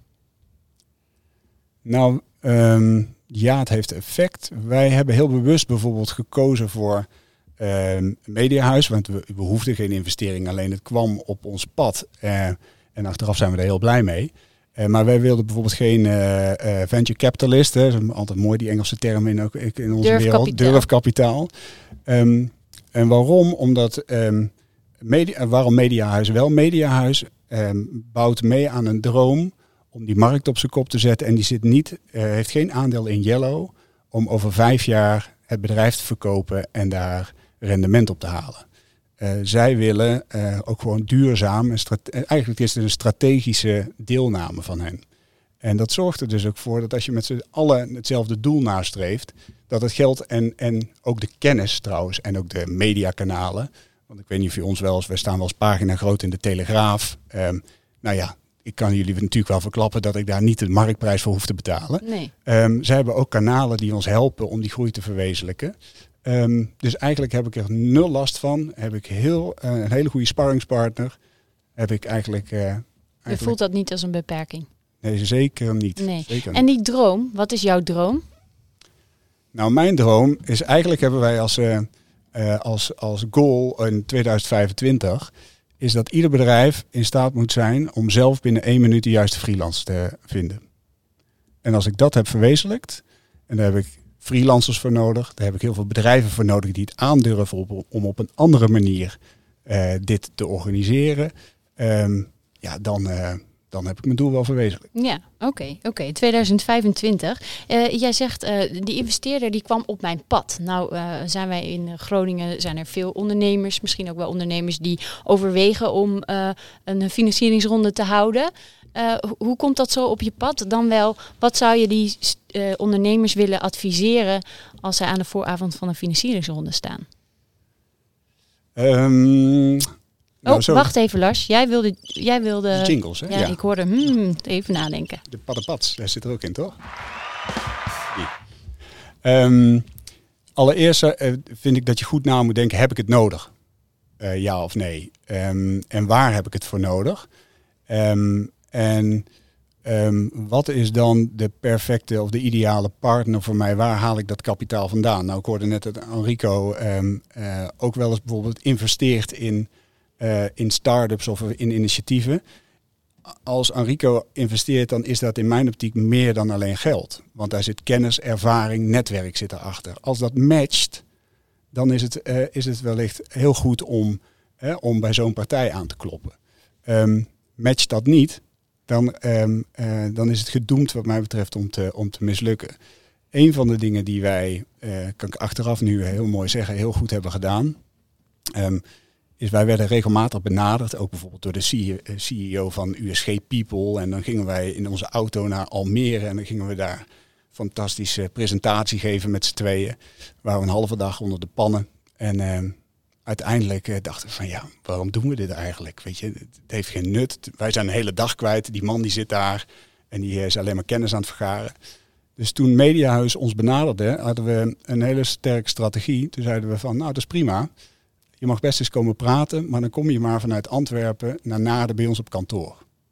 [SPEAKER 5] Nou, um, ja, het heeft effect. Wij hebben heel bewust bijvoorbeeld gekozen voor um, Mediahuis, want we, we hoefden geen investering, alleen het kwam op ons pad. Uh, en achteraf zijn we er heel blij mee. Uh, maar wij wilden bijvoorbeeld geen uh, uh, venture capitalist. Hè. Dat is altijd mooi, die Engelse term in, ook, in onze
[SPEAKER 3] Durfkapitaal.
[SPEAKER 5] wereld. Durfkapitaal. Um, en waarom? Omdat, um, media, waarom Mediahuis wel? Mediahuis um, bouwt mee aan een droom om die markt op zijn kop te zetten. En die zit niet, uh, heeft geen aandeel in Yellow om over vijf jaar het bedrijf te verkopen en daar rendement op te halen. Uh, zij willen uh, ook gewoon duurzaam, en strate- eigenlijk is het een strategische deelname van hen. En dat zorgt er dus ook voor dat als je met z'n allen hetzelfde doel nastreeft, dat het geld en, en ook de kennis trouwens en ook de mediakanalen, want ik weet niet of je ons wel eens, wij staan wel als pagina groot in de Telegraaf. Um, nou ja, ik kan jullie natuurlijk wel verklappen dat ik daar niet de marktprijs voor hoef te betalen.
[SPEAKER 3] Nee.
[SPEAKER 5] Um, zij hebben ook kanalen die ons helpen om die groei te verwezenlijken. Um, dus eigenlijk heb ik er nul last van. Heb ik heel, uh, een hele goede sparringspartner. Heb ik eigenlijk... Uh, eigenlijk...
[SPEAKER 3] Je voelt dat niet als een beperking?
[SPEAKER 5] Nee, zeker niet.
[SPEAKER 3] Nee.
[SPEAKER 5] Zeker niet.
[SPEAKER 3] En die droom, wat is jouw droom?
[SPEAKER 5] Nou, mijn droom is eigenlijk hebben wij als, uh, uh, als, als goal in tweeduizend vijfentwintig... is dat ieder bedrijf in staat moet zijn om zelf binnen één minuut de juiste freelance te vinden. En als ik dat heb verwezenlijkt, en daar heb ik freelancers voor nodig. Daar heb ik heel veel bedrijven voor nodig die het aandurven op, om op een andere manier uh, dit te organiseren. Um, ja, dan, uh, dan heb ik mijn doel wel verwezenlijkt.
[SPEAKER 3] Ja, oké. Okay, okay. tweeduizend vijfentwintig. Uh, jij zegt, uh, die investeerder die kwam op mijn pad. Nou uh, zijn wij in Groningen, zijn er veel ondernemers, misschien ook wel ondernemers die overwegen om uh, een financieringsronde te houden. Uh, hoe komt dat zo op je pad? Dan wel, wat zou je die uh, ondernemers willen adviseren als zij aan de vooravond van een financieringsronde staan?
[SPEAKER 5] Um, nou,
[SPEAKER 3] oh,
[SPEAKER 5] zo.
[SPEAKER 3] wacht even Lars. Jij wilde... Jij wilde
[SPEAKER 5] de jingles, hè?
[SPEAKER 3] Ja,
[SPEAKER 5] Ja.
[SPEAKER 3] ik hoorde hmm, even nadenken.
[SPEAKER 5] De paddenpads, daar zit er ook in, toch? Die. Um, allereerst uh, vind ik dat je goed na moet denken, heb ik het nodig? Uh, ja of nee? Um, en waar heb ik het voor nodig? Um, En um, wat is dan de perfecte of de ideale partner voor mij? Waar haal ik dat kapitaal vandaan? Nou, ik hoorde net dat Enrico um, uh, ook wel eens bijvoorbeeld investeert in, uh, in start-ups of in initiatieven. Als Enrico investeert, dan is dat in mijn optiek meer dan alleen geld. Want daar zit kennis, ervaring, netwerk zit erachter. Als dat matcht, dan is het, uh, is het wellicht heel goed om, uh, om bij zo'n partij aan te kloppen. Um, matcht dat niet, dan, um, uh, dan is het gedoemd wat mij betreft om te, om te mislukken. Een van de dingen die wij, uh, kan ik achteraf nu heel mooi zeggen, heel goed hebben gedaan, um, is wij werden regelmatig benaderd, ook bijvoorbeeld door de C E O van U S G People. En dan gingen wij in onze auto naar Almere en dan gingen we daar fantastische presentatie geven met z'n tweeën. Waar we een halve dag onder de pannen. En um, uiteindelijk uh, dachten we van ja, waarom doen we dit eigenlijk? Weet je, het heeft geen nut. Wij zijn een hele dag kwijt. Die man die zit daar en die is alleen maar kennis aan het vergaren. Dus toen Mediahuis ons benaderde, hadden we een hele sterke strategie. Toen zeiden we van nou, dat is prima. Je mag best eens komen praten, maar dan kom je maar vanuit Antwerpen naar Naarden bij ons op kantoor.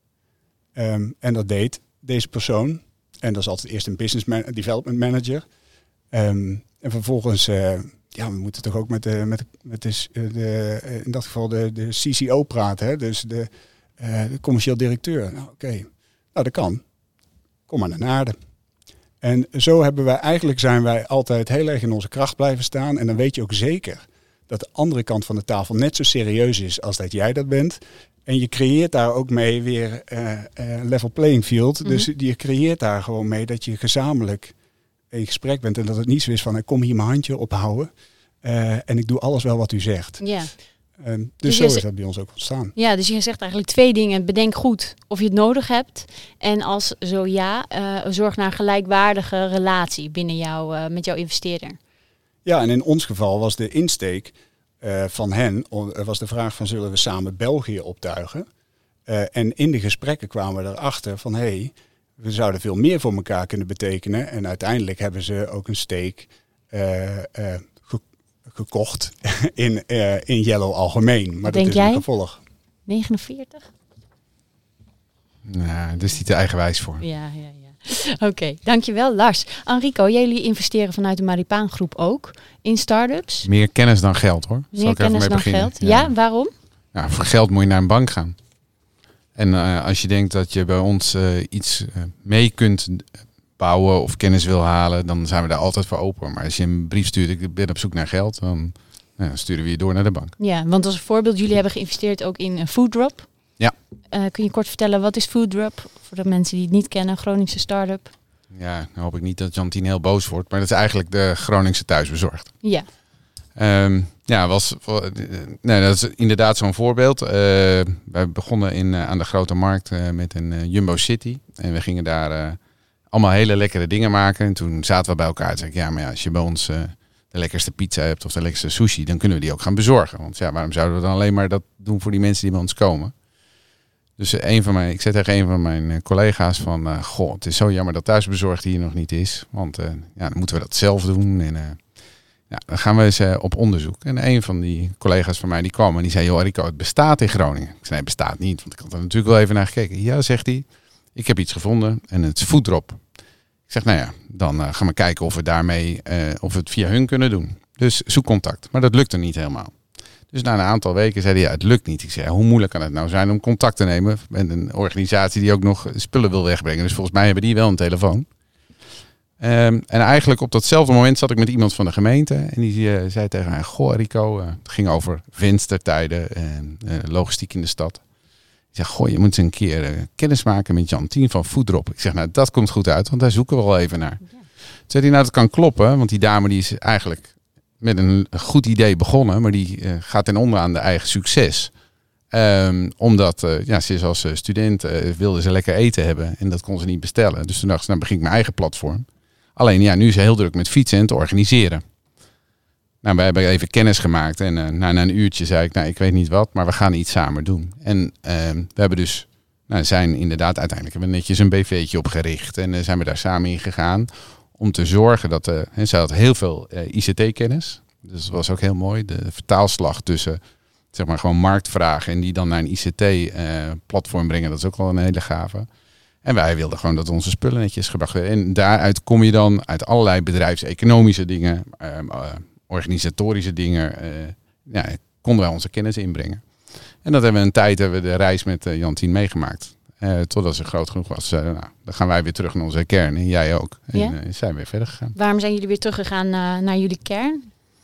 [SPEAKER 5] Um, en dat deed deze persoon. En dat is altijd eerst een business man- development manager. Um, en vervolgens, uh, ja, we moeten toch ook met de, met, met de, de in dat geval de, de C C O praten. Hè? Dus de, uh, de commercieel directeur. Nou, oké, okay. Nou dat kan. Kom maar naar Naarden. En zo hebben wij, eigenlijk zijn wij altijd heel erg in onze kracht blijven staan. En dan weet je ook zeker dat de andere kant van de tafel net zo serieus is als dat jij dat bent. En je creëert daar ook mee weer uh, uh, level playing field. Mm-hmm. Dus je creëert daar gewoon mee dat je gezamenlijk in gesprek bent. En dat het niet zo is van, ik kom hier mijn handje ophouden. Uh, en ik doe alles wel wat u zegt.
[SPEAKER 3] Ja.
[SPEAKER 5] Um, dus,
[SPEAKER 3] dus
[SPEAKER 5] zo
[SPEAKER 3] is
[SPEAKER 5] is dat bij ons ook ontstaan.
[SPEAKER 3] Ja, dus je zegt eigenlijk twee dingen. Bedenk goed of je het nodig hebt. En als zo ja, uh, zorg naar een gelijkwaardige relatie binnen jou, uh, met jouw investeerder.
[SPEAKER 5] Ja, en in ons geval was de insteek uh, van hen, uh, was de vraag van zullen we samen België optuigen? Uh, en in de gesprekken kwamen we erachter van hé, hey, we zouden veel meer voor elkaar kunnen betekenen. En uiteindelijk hebben ze ook een steek uh, uh, ge- gekocht in, uh, in Yellow algemeen. Maar
[SPEAKER 3] Wat
[SPEAKER 5] dat
[SPEAKER 3] denk
[SPEAKER 5] is
[SPEAKER 3] jij?
[SPEAKER 5] een gevolg.
[SPEAKER 3] negenenveertig?
[SPEAKER 7] Nou, daar is hij te eigenwijs voor.
[SPEAKER 3] Ja, ja, ja. Oké, okay, dankjewel Lars. Enrico, jullie investeren vanuit de Maripaan groep ook in start-ups.
[SPEAKER 7] Meer kennis dan geld hoor. Zal
[SPEAKER 3] Meer
[SPEAKER 7] ik even
[SPEAKER 3] kennis
[SPEAKER 7] mee
[SPEAKER 3] dan
[SPEAKER 7] beginnen?
[SPEAKER 3] geld. Ja. ja, waarom?
[SPEAKER 7] Ja, voor geld moet je naar een bank gaan. En uh, als je denkt dat je bij ons uh, iets uh, mee kunt bouwen of kennis wil halen, dan zijn we daar altijd voor open. Maar als je een brief stuurt, ik ben op zoek naar geld, dan, nou, dan sturen we je door naar de bank.
[SPEAKER 3] Ja, want als voorbeeld, jullie hebben geïnvesteerd ook in een Fooddrop.
[SPEAKER 7] Ja.
[SPEAKER 3] Uh, kun je kort vertellen, wat is Fooddrop? Voor de mensen die het niet kennen, Groningse start-up.
[SPEAKER 7] Ja, nou hoop ik niet dat Jantien heel boos wordt, maar dat is eigenlijk de Groningse thuisbezorgd.
[SPEAKER 3] Ja.
[SPEAKER 7] Um, ja, was, nee, dat is inderdaad zo'n voorbeeld. Uh, wij begonnen in, uh, aan de Grote Markt uh, met een uh, Jumbo City. En we gingen daar uh, allemaal hele lekkere dingen maken. En toen zaten we bij elkaar en zei ik, ja, maar ja, als je bij ons uh, de lekkerste pizza hebt of de lekkerste sushi, dan kunnen we die ook gaan bezorgen. Want ja, waarom zouden we dan alleen maar dat doen voor die mensen die bij ons komen? Dus uh, een van mijn, ik zei tegen een van mijn uh, collega's van, uh, goh, het is zo jammer dat thuisbezorgd hier nog niet is. Want uh, ja, dan moeten we dat zelf doen en... Uh, Ja, dan gaan we eens uh, op onderzoek. En een van die collega's van mij die kwam en die zei, joh Rico, het bestaat in Groningen. Ik zei, nee, het bestaat niet, want ik had er natuurlijk wel even naar gekeken. Ja, zegt hij, ik heb iets gevonden en het is Fooddrop. Ik zeg, nou ja, dan uh, gaan we kijken of we daarmee, uh, of we het via hun kunnen doen. Dus zoek contact. Maar dat lukte niet helemaal. Dus na een aantal weken zei hij, ja, het lukt niet. Ik zei, ja, hoe moeilijk kan het nou zijn om contact te nemen met een organisatie die ook nog spullen wil wegbrengen. Dus volgens mij hebben die wel een telefoon. Um, en eigenlijk op datzelfde moment zat ik met iemand van de gemeente. En die uh, zei tegen mij, goh Rico, uh, het ging over venstertijden en uh, logistiek in de stad. Ik zeg, goh, je moet eens een keer uh, kennis maken met Jan Tien van Foodrop. Ik zeg, nou dat komt goed uit, want daar zoeken we wel even naar. Ja. Toen zei hij, nou dat kan kloppen, want die dame die is eigenlijk met een goed idee begonnen. Maar die uh, gaat ten onder aan de eigen succes. Um, omdat uh, ja, ze is als student uh, wilde ze lekker eten hebben en dat kon ze niet bestellen. Dus toen dacht ze, nou begin ik mijn eigen platform. Alleen ja, nu is ze heel druk met fietsen en te organiseren. Nou, wij hebben even kennis gemaakt en uh, na, na een uurtje zei ik, nou ik weet niet wat, maar we gaan iets samen doen. En uh, we hebben dus, nou zijn inderdaad uiteindelijk hebben we netjes een B V'tje opgericht en uh, zijn we daar samen in gegaan om te zorgen dat, uh, en ze had heel veel uh, I C T-kennis. Dus dat was ook heel mooi, de vertaalslag tussen zeg maar gewoon marktvragen en die dan naar een I C T-platform uh, brengen, dat is ook wel een hele gave. En wij wilden gewoon dat onze spullen netjes gebracht werden. En daaruit kom je dan uit allerlei bedrijfseconomische dingen, uh, uh, organisatorische dingen, uh, ja, konden wij onze kennis inbrengen. En dat hebben we een tijd hebben we de reis met uh, Jan Tien meegemaakt. Uh, totdat ze groot genoeg was. Zeiden, nou, dan gaan wij weer terug naar onze kern. En jij ook. En ja? uh, zijn we weer verder gegaan.
[SPEAKER 3] Waarom zijn jullie weer teruggegaan uh, naar jullie kern?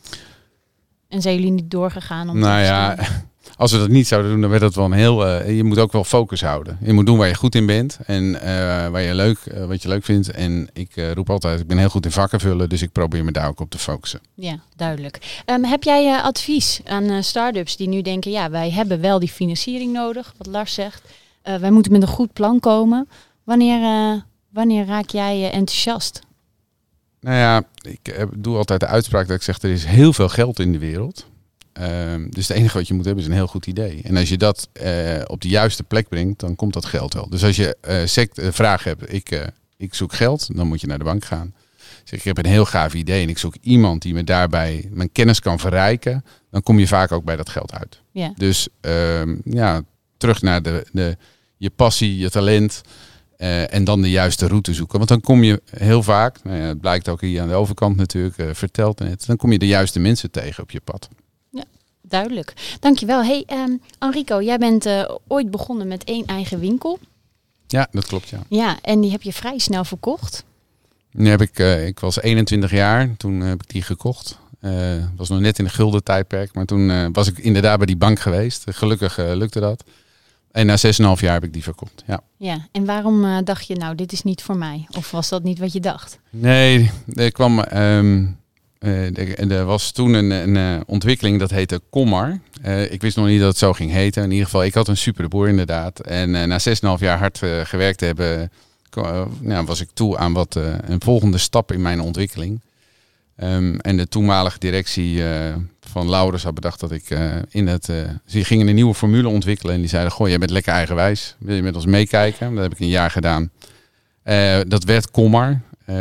[SPEAKER 3] En zijn jullie niet doorgegaan? Om
[SPEAKER 7] nou ja, als we dat niet zouden doen, dan werd dat wel een heel... Uh, je moet ook wel focus houden. Je moet doen waar je goed in bent. En uh, waar je leuk, uh, wat je leuk vindt. En ik uh, roep altijd, ik ben heel goed in vakken vullen. Dus ik probeer me daar ook op te focussen.
[SPEAKER 3] Ja, duidelijk. Um, heb jij uh, advies aan uh, start-ups die nu denken... ja, wij hebben wel die financiering nodig, wat Lars zegt. Uh, wij moeten met een goed plan komen. Wanneer, uh, wanneer raak jij uh, enthousiast?
[SPEAKER 7] Nou ja, ik uh, doe altijd de uitspraak dat ik zeg... er is heel veel geld in de wereld... Um, dus het enige wat je moet hebben is een heel goed idee. En als je dat uh, op de juiste plek brengt, dan komt dat geld wel. Dus als je uh, sect, uh, vraag hebt, ik, uh, ik zoek geld, dan moet je naar de bank gaan. Zeg, ik heb een heel gaaf idee en ik zoek iemand die me daarbij mijn kennis kan verrijken. Dan kom je vaak ook bij dat geld uit. Yeah. Dus um, ja, terug naar de, de, je passie, je talent uh, en dan de juiste route zoeken. Want dan kom je heel vaak, nou ja, het blijkt ook hier aan de overkant natuurlijk, uh, verteld net, dan kom je de juiste mensen tegen op je pad.
[SPEAKER 3] Duidelijk. Dankjewel. Hey, um, Enrico, jij bent uh, ooit begonnen met één eigen winkel.
[SPEAKER 7] Ja, dat klopt, ja.
[SPEAKER 3] Ja, en die heb je vrij snel verkocht.
[SPEAKER 7] Nu heb ik, uh, ik was eenentwintig jaar, toen uh, heb ik die gekocht. Uh, was nog net in de gulden tijdperk, maar toen uh, was ik inderdaad bij die bank geweest. Gelukkig uh, lukte dat. En na zes en een half jaar heb ik die verkocht, ja.
[SPEAKER 3] Ja, en waarom uh, dacht je, nou, dit is niet voor mij? Of was dat niet wat je dacht?
[SPEAKER 7] Nee, er kwam... Um, Uh, er, er was toen een, een uh, ontwikkeling, dat heette Commar. Uh, ik wist nog niet dat het zo ging heten. In ieder geval, ik had een super de boer inderdaad. En uh, na zes en een half jaar hard uh, gewerkt te hebben, uh, nou, was ik toe aan wat uh, een volgende stap in mijn ontwikkeling. Um, en de toenmalige directie uh, van Laurens had bedacht dat ik uh, in het... Uh, ze gingen een nieuwe formule ontwikkelen en die zeiden, goh, jij bent lekker eigenwijs. Wil je met ons meekijken? Dat heb ik een jaar gedaan. Uh, dat werd Commar. Uh,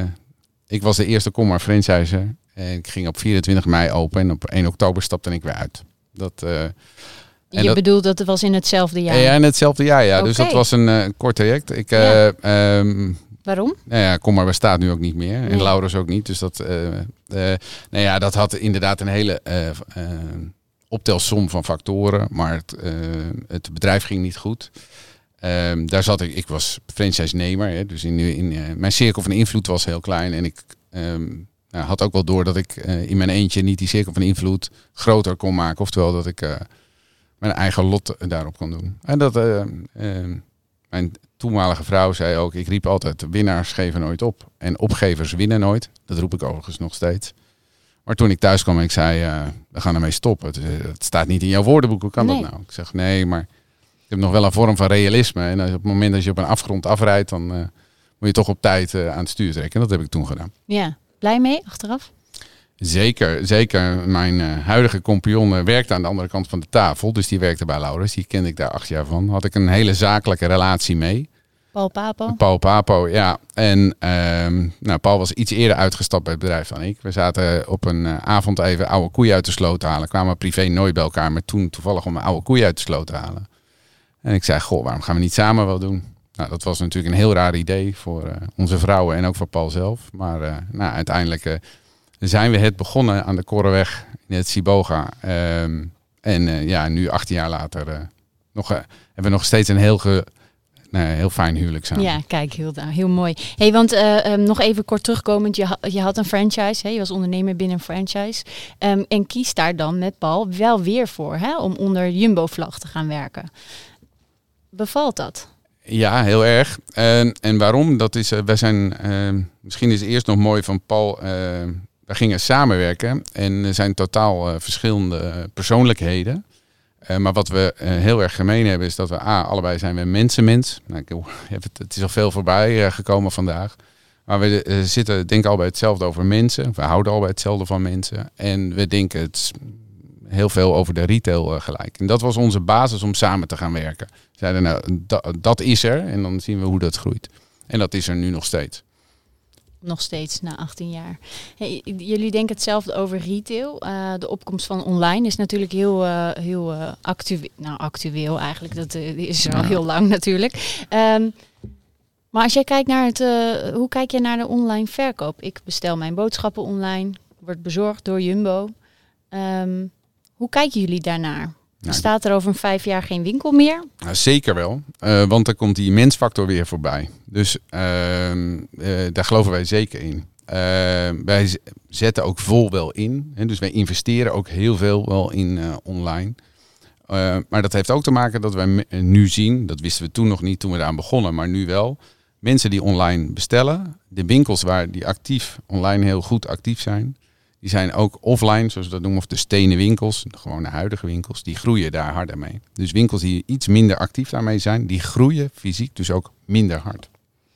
[SPEAKER 7] Ik was de eerste Commar franchiser. En ik ging op vierentwintig mei open. En op één oktober stapte ik weer uit. Dat, uh,
[SPEAKER 3] Je dat, bedoelt dat het was in hetzelfde jaar?
[SPEAKER 7] Ja, in hetzelfde jaar, ja. Okay. Dus dat was een uh, kort traject. Ik, ja. uh, um,
[SPEAKER 3] Waarom?
[SPEAKER 7] Nou ja, Commar bestaat nu ook niet meer. Nee. En Laurens ook niet. Dus dat, uh, uh, nou ja, dat had inderdaad een hele uh, uh, optelsom van factoren. Maar het, uh, het bedrijf ging niet goed. Um, daar zat ik, ik was franchise-nemer, hè, dus in, in, uh, mijn cirkel van invloed was heel klein. En ik um, nou, had ook wel door dat ik uh, in mijn eentje niet die cirkel van invloed groter kon maken. Oftewel dat ik uh, mijn eigen lot daarop kon doen. En dat uh, uh, mijn toenmalige vrouw zei ook, ik riep altijd, winnaars geven nooit op. En opgevers winnen nooit. Dat roep ik overigens nog steeds. Maar toen ik thuis kwam en ik zei, uh, we gaan ermee stoppen. Het, het staat niet in jouw woordenboek, hoe kan nee. dat nou? Ik zeg, nee, maar... Ik heb nog wel een vorm van realisme. En op het moment dat je op een afgrond afrijdt, dan uh, moet je toch op tijd uh, aan het stuur trekken. En dat heb ik toen gedaan.
[SPEAKER 3] Ja, blij mee achteraf?
[SPEAKER 7] Zeker, zeker. Mijn uh, huidige compagnon uh, werkte aan de andere kant van de tafel. Dus die werkte bij Laurens. Die kende ik daar acht jaar van. Had ik een hele zakelijke relatie mee.
[SPEAKER 3] Paul Papo?
[SPEAKER 7] Paul Papo, ja. En uh, nou, Paul was iets eerder uitgestapt bij het bedrijf dan ik. We zaten op een uh, avond even oude koeien uit de sloot te halen. Kwamen privé nooit bij elkaar, maar toen toevallig om een oude koeien uit de sloot te halen. En ik zei, goh, waarom gaan we niet samen wel doen? Nou, dat was natuurlijk een heel raar idee voor uh, onze vrouwen en ook voor Paul zelf. Maar uh, nou, uiteindelijk uh, zijn we het begonnen aan de Korreweg in het Siboga. Um, en uh, ja, nu achttien jaar later uh, nog, uh, hebben we nog steeds een heel ge, nee, heel fijn huwelijk samen.
[SPEAKER 3] Ja, kijk, heel, heel mooi. Hey, want uh, um, nog even kort terugkomend. Je, ha- je had een franchise, hè? Je was ondernemer binnen een franchise. Um, en kies daar dan met Paul wel weer voor, hè? Om onder Jumbo-vlag te gaan werken. Bevalt dat?
[SPEAKER 7] Ja, heel erg. Uh, en waarom? Dat is, uh, wij zijn, uh, misschien is het eerst nog mooi van Paul. Uh, wij gingen samenwerken en er zijn totaal uh, verschillende persoonlijkheden. Uh, maar wat we uh, heel erg gemeen hebben is dat we A, allebei zijn we mensenmens. Nou, ik heb het, het is al veel voorbij uh, gekomen vandaag. Maar we uh, zitten denken al bij hetzelfde over mensen. We houden al bij hetzelfde van mensen. En we denken het heel veel over de retail uh, gelijk. En dat was onze basis om samen te gaan werken. We zeiden nou, dat, dat is er en dan zien we hoe dat groeit. En dat is er nu nog steeds.
[SPEAKER 3] Nog steeds na achttien jaar. Hey, jullie denken hetzelfde over retail. Uh, de opkomst van online is natuurlijk heel, uh, heel uh, actueel. Nou, actueel eigenlijk. Dat uh, is al heel lang natuurlijk. Um, maar als jij kijkt naar het, uh, hoe kijk je naar de online verkoop? Ik bestel mijn boodschappen online, wordt bezorgd door Jumbo. Um, hoe kijken jullie daarnaar? Nou, staat er over een vijf jaar geen winkel meer?
[SPEAKER 7] Nou, zeker wel, uh, want er komt die mensfactor weer voorbij. Dus uh, uh, daar geloven wij zeker in. Uh, wij z- zetten ook vol wel in. Hè, dus wij investeren ook heel veel wel in uh, online. Uh, maar dat heeft ook te maken dat wij me- nu zien, dat wisten we toen nog niet toen we eraan begonnen, maar nu wel. Mensen die online bestellen, de winkels waar die actief online heel goed actief zijn, die zijn ook offline, zoals we dat noemen, of de stenen winkels, gewoon de huidige winkels, die groeien daar harder mee. Dus winkels die iets minder actief daarmee zijn, die groeien fysiek dus ook minder hard.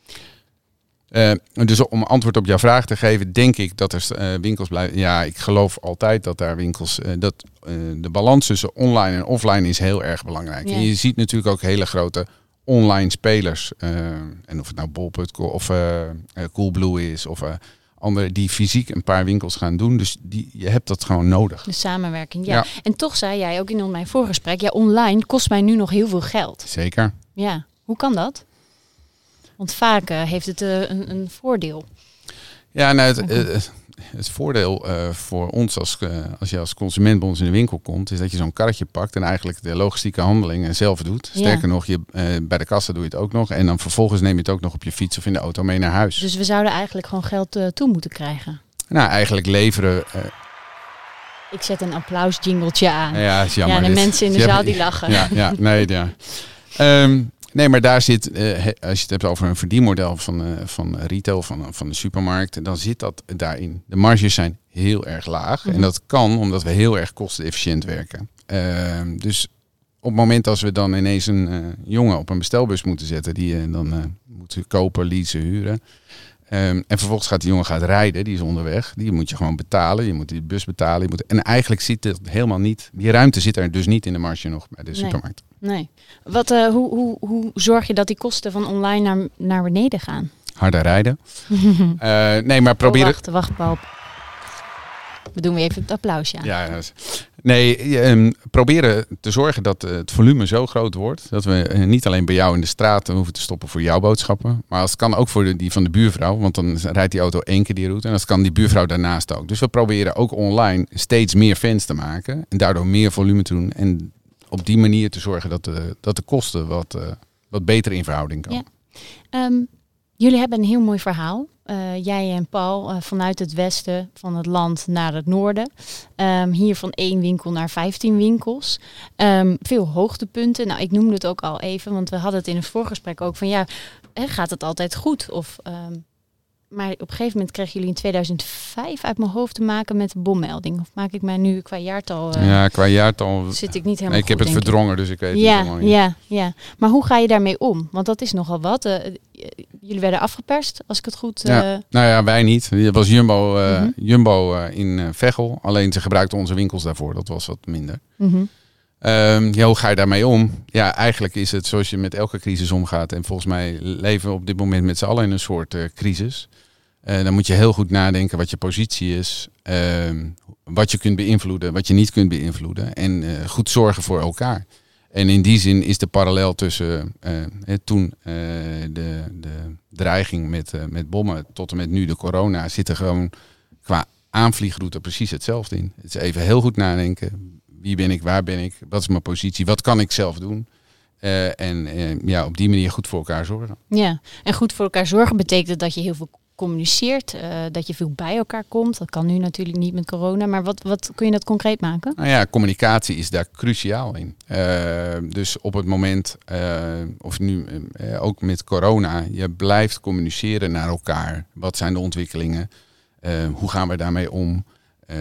[SPEAKER 7] Uh, dus om antwoord op jouw vraag te geven, denk ik dat er uh, winkels blijven. Ja, ik geloof altijd dat daar winkels, uh, dat uh, de balans tussen online en offline is heel erg belangrijk.
[SPEAKER 3] Ja.
[SPEAKER 7] En je ziet natuurlijk ook hele grote online spelers, uh, en of het nou bol punt com of uh, uh, Coolblue is, of uh, anderen die fysiek een paar winkels gaan doen. Dus die, je hebt dat gewoon nodig.
[SPEAKER 3] De samenwerking, ja.
[SPEAKER 7] Ja.
[SPEAKER 3] En toch zei jij ook in mijn voorgesprek, ja, online kost mij nu nog heel veel geld.
[SPEAKER 7] Zeker.
[SPEAKER 3] Ja, hoe kan dat? Want vaak uh, heeft het uh, een, een voordeel.
[SPEAKER 7] Ja, nou, het, uh, het voordeel uh, voor ons als, uh, als je als consument bij ons in de winkel komt, is dat je zo'n karretje pakt en eigenlijk de logistieke handelingen zelf doet. Sterker
[SPEAKER 3] Ja.
[SPEAKER 7] nog, je, uh, bij de kassa doe je het ook nog. En dan vervolgens neem je het ook nog op je fiets of in de auto mee naar huis.
[SPEAKER 3] Dus we zouden eigenlijk gewoon geld uh, toe moeten krijgen.
[SPEAKER 7] Nou, eigenlijk leveren. Uh,
[SPEAKER 3] Ik zet een applausjingeltje aan.
[SPEAKER 7] ja, is jammer.
[SPEAKER 3] Ja, de
[SPEAKER 7] dit.
[SPEAKER 3] mensen in de
[SPEAKER 7] Je
[SPEAKER 3] zaal
[SPEAKER 7] hebt-
[SPEAKER 3] die lachen.
[SPEAKER 7] Ja, ja nee, ja. Um, nee, maar daar zit, uh, als je het hebt over een verdienmodel van, uh, van retail, van, van de supermarkt, dan zit dat daarin. De marges zijn heel erg laag.
[SPEAKER 3] Mhm.
[SPEAKER 7] En dat kan omdat we heel erg kostenefficiënt werken. Uh, dus op het moment als we dan ineens een uh, jongen op een bestelbus moeten zetten, die uh, dan uh, moet kopen, leasen, huren. Um, en vervolgens gaat die jongen gaat rijden, die is onderweg. Die moet je gewoon betalen. Je moet die bus betalen. Je moet, en eigenlijk zit het helemaal niet. Die ruimte zit er dus niet in de marge nog bij de
[SPEAKER 3] Nee.
[SPEAKER 7] supermarkt.
[SPEAKER 3] Nee. Wat, uh, hoe, hoe, hoe zorg je dat die kosten van online naar, naar beneden gaan?
[SPEAKER 7] Harder rijden. uh, nee, maar probeer
[SPEAKER 3] Oh,
[SPEAKER 7] het.
[SPEAKER 3] wacht, wacht, Paul. We doen weer even het applausje aan.
[SPEAKER 7] Ja, ja, dat is- nee, um, proberen te zorgen dat uh, het volume zo groot wordt dat we uh, niet alleen bij jou in de straat hoeven te stoppen voor jouw boodschappen, maar als het kan ook voor de, die van de buurvrouw, want dan rijdt die auto één keer die route en dat kan die buurvrouw daarnaast ook. Dus we proberen ook online steeds meer fans te maken en daardoor meer volume te doen en op die manier te zorgen dat de, dat de kosten wat, uh, wat beter in verhouding komen.
[SPEAKER 3] Ja. Um, jullie hebben een heel mooi verhaal. Uh, jij en Paul, uh, vanuit het westen van het land naar het noorden. Um, hier van één winkel naar vijftien winkels. Um, veel hoogtepunten. Nou, ik noemde het ook al even, want we hadden het in het voorgesprek ook van ja, hè, gaat het altijd goed? Of, um, maar op een gegeven moment kregen jullie in tweeduizend vijf uit mijn hoofd te maken met de bommelding. Of maak ik mij nu qua jaartal, uh,
[SPEAKER 7] Ja, qua jaartal.
[SPEAKER 3] zit ik niet helemaal
[SPEAKER 7] Nee, ik heb
[SPEAKER 3] goed,
[SPEAKER 7] het
[SPEAKER 3] denk ik.
[SPEAKER 7] verdrongen, dus ik weet het
[SPEAKER 3] Ja,
[SPEAKER 7] niet helemaal niet.
[SPEAKER 3] ja, ja. Maar hoe ga je daarmee om? Want dat is nogal wat. Uh, jullie werden afgeperst, als ik het goed... Uh,
[SPEAKER 7] Ja. Nou ja, wij niet. Het was Jumbo, uh,
[SPEAKER 3] Mhm.
[SPEAKER 7] Jumbo uh, in uh, Veghel. Alleen ze gebruikten onze winkels daarvoor. Dat was wat minder.
[SPEAKER 3] mhm.
[SPEAKER 7] Um, ja, hoe ga je daarmee om? Ja, eigenlijk is het zoals je met elke crisis omgaat. En volgens mij leven we op dit moment met z'n allen in een soort uh, crisis. Uh, dan moet je heel goed nadenken wat je positie is. Um, wat je kunt beïnvloeden, wat je niet kunt beïnvloeden. En uh, goed zorgen voor elkaar. En in die zin is de parallel tussen uh, toen uh, de, de dreiging met, uh, met bommen tot en met nu de corona zit er gewoon qua aanvliegroute precies hetzelfde in. Het is even heel goed nadenken. Wie ben ik, waar ben ik, wat is mijn positie, wat kan ik zelf doen? Uh, en uh, ja, op die manier goed voor elkaar zorgen.
[SPEAKER 3] Ja, en goed voor elkaar zorgen betekent dat je heel veel communiceert, uh, dat je veel bij elkaar komt. Dat kan nu natuurlijk niet met corona, maar wat, wat kun je dat concreet maken?
[SPEAKER 7] Nou ja, communicatie is daar cruciaal in. Uh, dus op het moment, uh, of nu uh, ook met corona, je blijft communiceren naar elkaar. Wat zijn de ontwikkelingen? Uh, hoe gaan we daarmee om? Uh,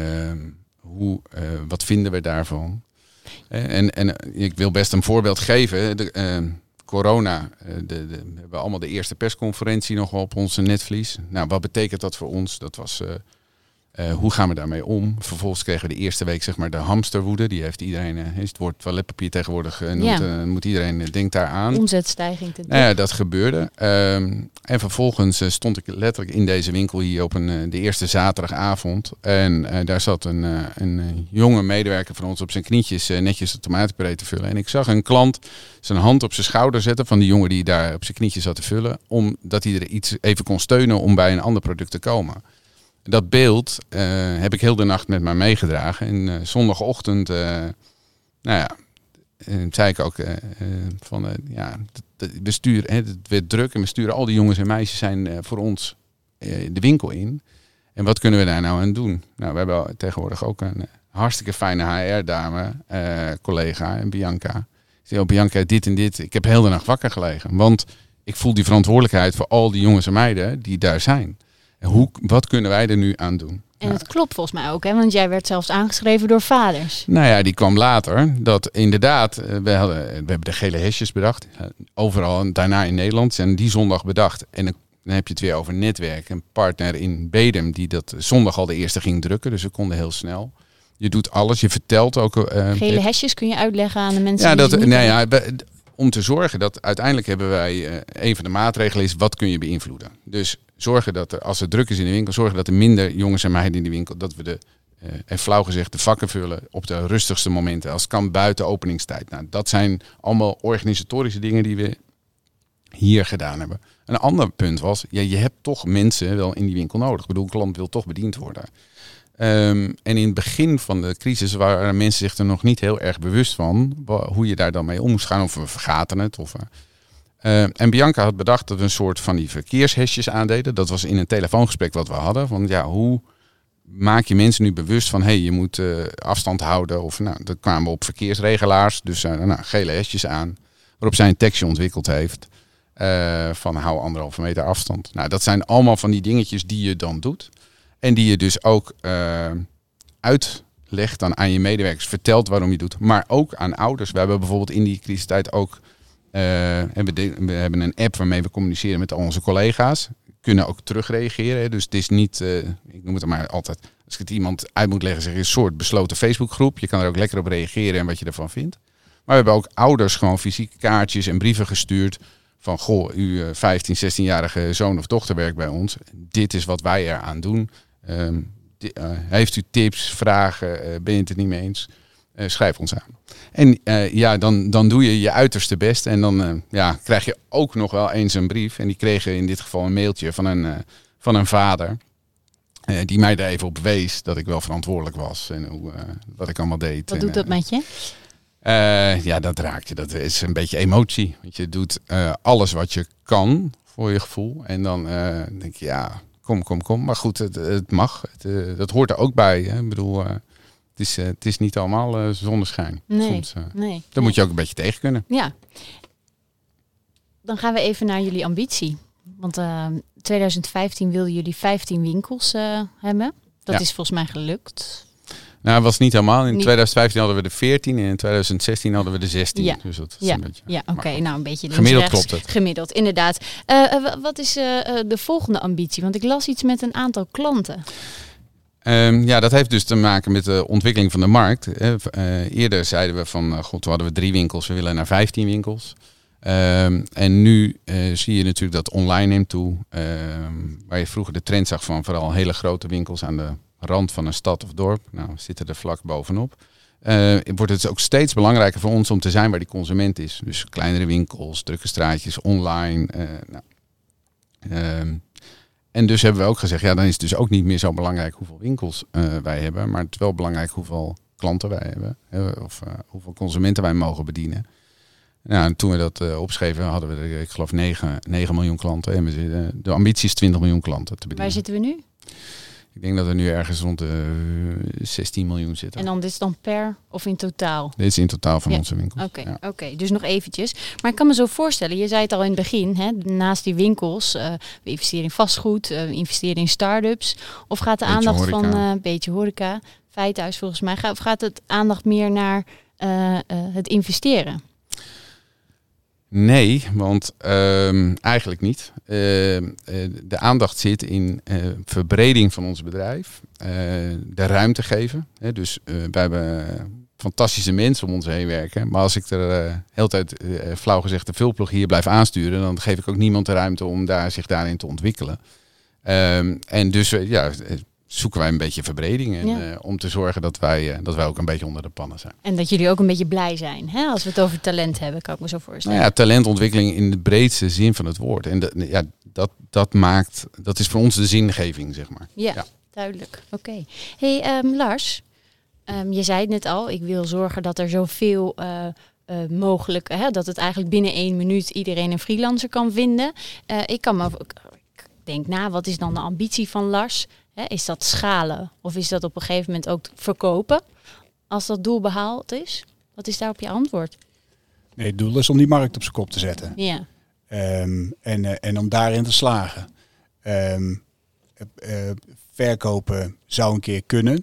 [SPEAKER 7] hoe, uh, wat vinden we daarvan? Uh, en, en ik wil best een voorbeeld geven. De, uh, Corona, de, de, we hebben allemaal de eerste persconferentie nog op onze netvlies. Nou, wat betekent dat voor ons? Dat was, uh, uh, hoe gaan we daarmee om? Vervolgens kregen we de eerste week zeg maar de hamsterwoede. Die heeft iedereen, uh, is het woord toiletpapier tegenwoordig, uh, noemt,
[SPEAKER 3] ja.
[SPEAKER 7] uh, moet iedereen uh, denkt daar aan.
[SPEAKER 3] Omzetstijging. Te
[SPEAKER 7] nou ja, dat gebeurde. Um, en vervolgens uh, stond ik letterlijk in deze winkel hier op een, uh, de eerste zaterdagavond. En uh, daar zat een, uh, een uh, jonge medewerker van ons op zijn knietjes uh, netjes de tomatenpuree te vullen. En ik zag een klant zijn hand op zijn schouder zetten van die jongen die daar op zijn knietjes zat te vullen. Omdat hij er iets even kon steunen om bij een ander product te komen. Dat beeld uh, heb ik heel de nacht met mij meegedragen. En uh, zondagochtend, uh, nou ja, uh, zei ik ook uh, uh, van, uh, ja, we sturen, hè, het werd druk en we sturen al die jongens en meisjes zijn uh, voor ons uh, de winkel in. En wat kunnen we daar nou aan doen? Nou, we hebben tegenwoordig ook een uh, hartstikke fijne H R-dame, uh, collega, Bianca. Ik zei, oh Bianca, dit en dit. Ik heb heel de nacht wakker gelegen. Want ik voel die verantwoordelijkheid voor al die jongens en meiden die daar zijn. En hoe, wat kunnen wij er nu aan doen?
[SPEAKER 3] En nou, het klopt volgens mij ook, hè? Want jij werd zelfs aangeschreven door vaders.
[SPEAKER 7] Nou ja, die kwam later. Dat inderdaad, we, hadden, we hebben de gele hesjes bedacht. Overal en daarna in Nederland. En die zondag bedacht. En dan, dan heb je het weer over netwerk. Een partner in Bedum die dat zondag al de eerste ging drukken. Dus we konden heel snel. Je doet alles. Je vertelt ook. Uh,
[SPEAKER 3] gele hesjes kun je uitleggen aan de mensen
[SPEAKER 7] ja,
[SPEAKER 3] die
[SPEAKER 7] dat,
[SPEAKER 3] niet
[SPEAKER 7] nou ja, om te zorgen dat uiteindelijk hebben wij uh, een van de maatregelen is wat kun je beïnvloeden. Dus zorgen dat er, als het druk is in de winkel, zorgen dat er minder jongens en meiden in de winkel, dat we de, uh, en flauw gezegd, de vakken vullen op de rustigste momenten. Als het kan buiten openingstijd. Nou, dat zijn allemaal organisatorische dingen die we hier gedaan hebben. Een ander punt was, ja, je hebt toch mensen wel in die winkel nodig. Ik bedoel, een klant wil toch bediend worden. Um, en in het begin van de crisis waren mensen zich er nog niet heel erg bewust van hoe je daar dan mee om moest gaan. Of we vergaten het. Of, uh, en Bianca had bedacht dat we een soort van die verkeershesjes aandeden. Dat was in een telefoongesprek wat we hadden. Van ja, hoe maak je mensen nu bewust van, hé, hey, je moet uh, afstand houden. Of nou, dan kwamen we op verkeersregelaars. Dus uh, nou, gele hesjes aan. Waarop zij een tekstje ontwikkeld heeft. Uh, van hou anderhalve meter afstand. Nou, dat zijn allemaal van die dingetjes die je dan doet. En die je dus ook uh, uitlegt dan aan je medewerkers. Vertelt waarom je doet. Maar ook aan ouders. We hebben bijvoorbeeld in die crisistijd ook... Uh, hebben de, we hebben een app waarmee we communiceren met al onze collega's. Kunnen ook terugreageren. Hè. Dus het is niet... Uh, ik noem het maar altijd... Als ik het iemand uit moet leggen, zeg je een soort besloten Facebookgroep. Je kan er ook lekker op reageren en wat je ervan vindt. Maar we hebben ook ouders gewoon fysieke kaartjes en brieven gestuurd. Van, goh, uw vijftien, zestienjarige zoon of dochter werkt bij ons. Dit is wat wij eraan doen. Um, di- uh, heeft u tips, vragen, uh, ben je het er niet mee eens? Uh, schrijf ons aan. En uh, ja, dan, dan doe je je uiterste best. En dan uh, ja, krijg je ook nog wel eens een brief. En die kregen in dit geval een mailtje van een, uh, van een vader. Uh, die mij er even op wees dat ik wel verantwoordelijk was. En hoe, uh, wat ik allemaal deed.
[SPEAKER 3] Wat
[SPEAKER 7] en,
[SPEAKER 3] doet dat
[SPEAKER 7] uh,
[SPEAKER 3] met je?
[SPEAKER 7] Uh, ja, dat raakt je. Dat is een beetje emotie. Want je doet uh, alles wat je kan voor je gevoel. En dan uh, denk je, ja, kom, kom, kom. Maar goed, het, het mag. Het, uh, dat hoort er ook bij. Hè. Ik bedoel, uh, het, is, uh, het is niet allemaal uh, zonneschijn.
[SPEAKER 3] Nee,
[SPEAKER 7] Soms, uh,
[SPEAKER 3] nee.
[SPEAKER 7] Dan
[SPEAKER 3] nee.
[SPEAKER 7] moet je ook een beetje tegen kunnen.
[SPEAKER 3] Ja. Dan gaan we even naar jullie ambitie. Want uh, twintig vijftien wilden jullie vijftien winkels uh, hebben. Dat
[SPEAKER 7] Ja.
[SPEAKER 3] is volgens mij gelukt.
[SPEAKER 7] Nou, het was niet helemaal. In
[SPEAKER 3] Niet-
[SPEAKER 7] twintig vijftien hadden we de veertien en in twintig zestien hadden we de zestien.
[SPEAKER 3] Ja.
[SPEAKER 7] Dus dat is
[SPEAKER 3] Ja,
[SPEAKER 7] een beetje...
[SPEAKER 3] ja oké.
[SPEAKER 7] maar-
[SPEAKER 3] Nou, een beetje links,
[SPEAKER 7] Gemiddeld
[SPEAKER 3] rechts.
[SPEAKER 7] klopt het.
[SPEAKER 3] Gemiddeld, inderdaad. Uh, uh, wat is uh, uh, de volgende ambitie? Want ik las iets met een aantal klanten.
[SPEAKER 7] Um, ja, dat heeft dus te maken met de ontwikkeling van de markt. Uh, eerder zeiden we van, uh, god, we hadden we drie winkels, we willen naar vijftien winkels. Um, en nu uh, zie je natuurlijk dat online neemt toe. Um, waar je vroeger de trend zag van vooral hele grote winkels aan de rand van een stad of dorp. Nou, we zitten er vlak bovenop. Uh, wordt het ook steeds belangrijker voor ons om te zijn waar die consument is. Dus kleinere winkels, drukke straatjes, online. Uh, nou. um, En dus hebben we ook gezegd, ja, dan is het dus ook niet meer zo belangrijk hoeveel winkels uh, wij hebben. Maar het is wel belangrijk hoeveel klanten wij hebben. Hè, of uh, hoeveel consumenten wij mogen bedienen. Nou, en toen we dat uh, opschreven hadden we, ik geloof, negen miljoen klanten. En we zitten, de ambitie is twintig miljoen klanten te bedienen.
[SPEAKER 3] Waar zitten we nu?
[SPEAKER 7] Ik denk dat we nu ergens rond de zestien miljoen zitten.
[SPEAKER 3] En dan dit is dan per of in totaal?
[SPEAKER 7] Dit is in totaal van
[SPEAKER 3] ja.
[SPEAKER 7] onze winkels.
[SPEAKER 3] Oké, okay,
[SPEAKER 7] ja.
[SPEAKER 3] okay, dus nog eventjes. Maar ik kan me zo voorstellen, je zei het al in het begin, hè, naast die winkels, uh, we investeren in vastgoed, uh, we investeren in start-ups. Of gaat de beetje aandacht horeca. van een uh, beetje horeca, Feithuis volgens mij, of gaat het aandacht meer naar uh, uh, het investeren?
[SPEAKER 7] Nee, want uh, eigenlijk niet. Uh, uh, de aandacht zit in uh, verbreding van ons bedrijf. Uh, de ruimte geven. Hè, dus uh, wij hebben fantastische mensen om ons heen werken. Maar als ik er uh, heel tijd uh, flauw gezegd de vulploeg hier blijf aansturen, dan geef ik ook niemand de ruimte om daar, zich daarin te ontwikkelen. Uh, en dus uh, ja, zoeken wij een beetje verbreding. En, ja. uh, om te zorgen dat wij, uh, dat wij ook een beetje onder de pannen zijn.
[SPEAKER 3] En dat jullie ook een beetje blij zijn. Hè? Als we het over talent hebben, kan ik me zo voorstellen.
[SPEAKER 7] Nou ja, talentontwikkeling in de breedste zin van het woord. En dat, ja, dat, dat maakt, dat is voor ons de zingeving, zeg maar.
[SPEAKER 3] Ja, ja. Duidelijk. Oké. Okay. Hey um, Lars, um, je zei het net al. Ik wil zorgen dat er zoveel uh, uh, mogelijk, hè, dat het eigenlijk binnen één minuut iedereen een freelancer kan vinden. Uh, ik kan me, ik denk na, wat is dan de ambitie van Lars? Hè, is dat schalen of is dat op een gegeven moment ook verkopen als dat doel behaald is? Wat is daarop je antwoord?
[SPEAKER 5] Nee, het doel is om die markt op zijn kop te zetten.
[SPEAKER 3] Ja.
[SPEAKER 5] Um, en, uh, en om daarin te slagen. Um, uh, uh, verkopen zou een keer kunnen.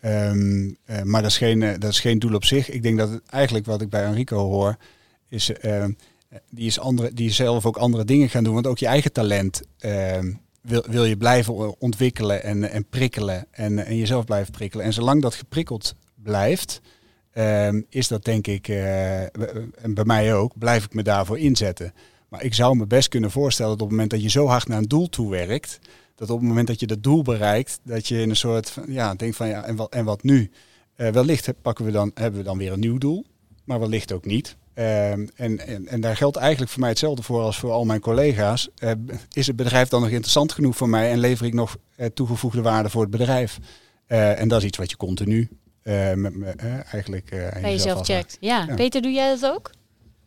[SPEAKER 5] Um, uh, maar dat is, geen, uh, dat is geen doel op zich. Ik denk dat het eigenlijk wat ik bij Enrico hoor, is, uh, die, is andere, die is zelf ook andere dingen gaan doen. Want ook je eigen talent uh, wil, wil je blijven ontwikkelen en, en prikkelen. En, en jezelf blijven prikkelen. En zolang dat geprikkeld blijft, um, is dat denk ik, uh, en bij mij ook, blijf ik me daarvoor inzetten. Maar ik zou me best kunnen voorstellen dat op het moment dat je zo hard naar een doel toe werkt, dat op het moment dat je dat doel bereikt, dat je in een soort van, ja, denkt van ja, en wat, en wat nu? Uh, wellicht pakken we dan, hebben we dan weer een nieuw doel, maar wellicht ook niet. Uh, en, en, en daar geldt eigenlijk voor mij hetzelfde voor als voor al mijn collega's. Uh, is het bedrijf dan nog interessant genoeg voor mij en lever ik nog uh, toegevoegde waarde voor het bedrijf? Uh, en dat is iets wat je continu uh, met, uh, eigenlijk uh,
[SPEAKER 3] bij jezelf checkt. Ja. ja, Peter, doe jij dat ook?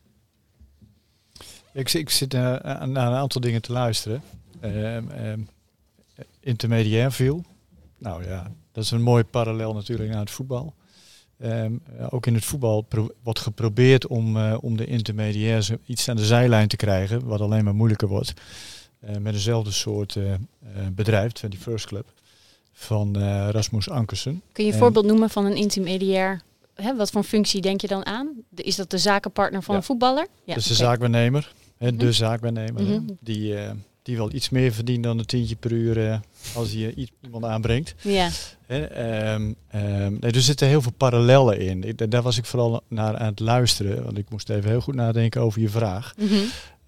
[SPEAKER 6] Ik, ik zit uh, naar een aantal dingen te luisteren. Uh, uh, intermediair viel. Nou ja, dat is een mooi parallel natuurlijk naar het voetbal. Um, uh, ook in het voetbal pro- wordt geprobeerd om, uh, om de intermediairs iets aan de zijlijn te krijgen, wat alleen maar moeilijker wordt. Uh, met dezelfde soort uh, uh, bedrijf, twenty-first Club, van uh, Rasmus Ankersen.
[SPEAKER 3] Kun je een
[SPEAKER 6] en,
[SPEAKER 3] voorbeeld noemen van een intermediair? Hè, wat voor functie denk je dan aan? Is dat de zakenpartner van
[SPEAKER 6] ja.
[SPEAKER 3] een voetballer? Ja,
[SPEAKER 6] dat is de
[SPEAKER 3] okay.
[SPEAKER 6] zaakwaarnemer. Hè,
[SPEAKER 3] Mm-hmm.
[SPEAKER 6] de zaakwaarnemer. Mm-hmm. Die, uh, die wel iets meer verdient dan een tientje per uur uh, als hij uh, iemand aanbrengt.
[SPEAKER 3] Ja.
[SPEAKER 6] Hè, um, um, nee, er zitten heel veel parallellen in. Ik, daar was ik vooral naar aan het luisteren. Want ik moest even heel goed nadenken over je vraag.
[SPEAKER 3] Mm-hmm.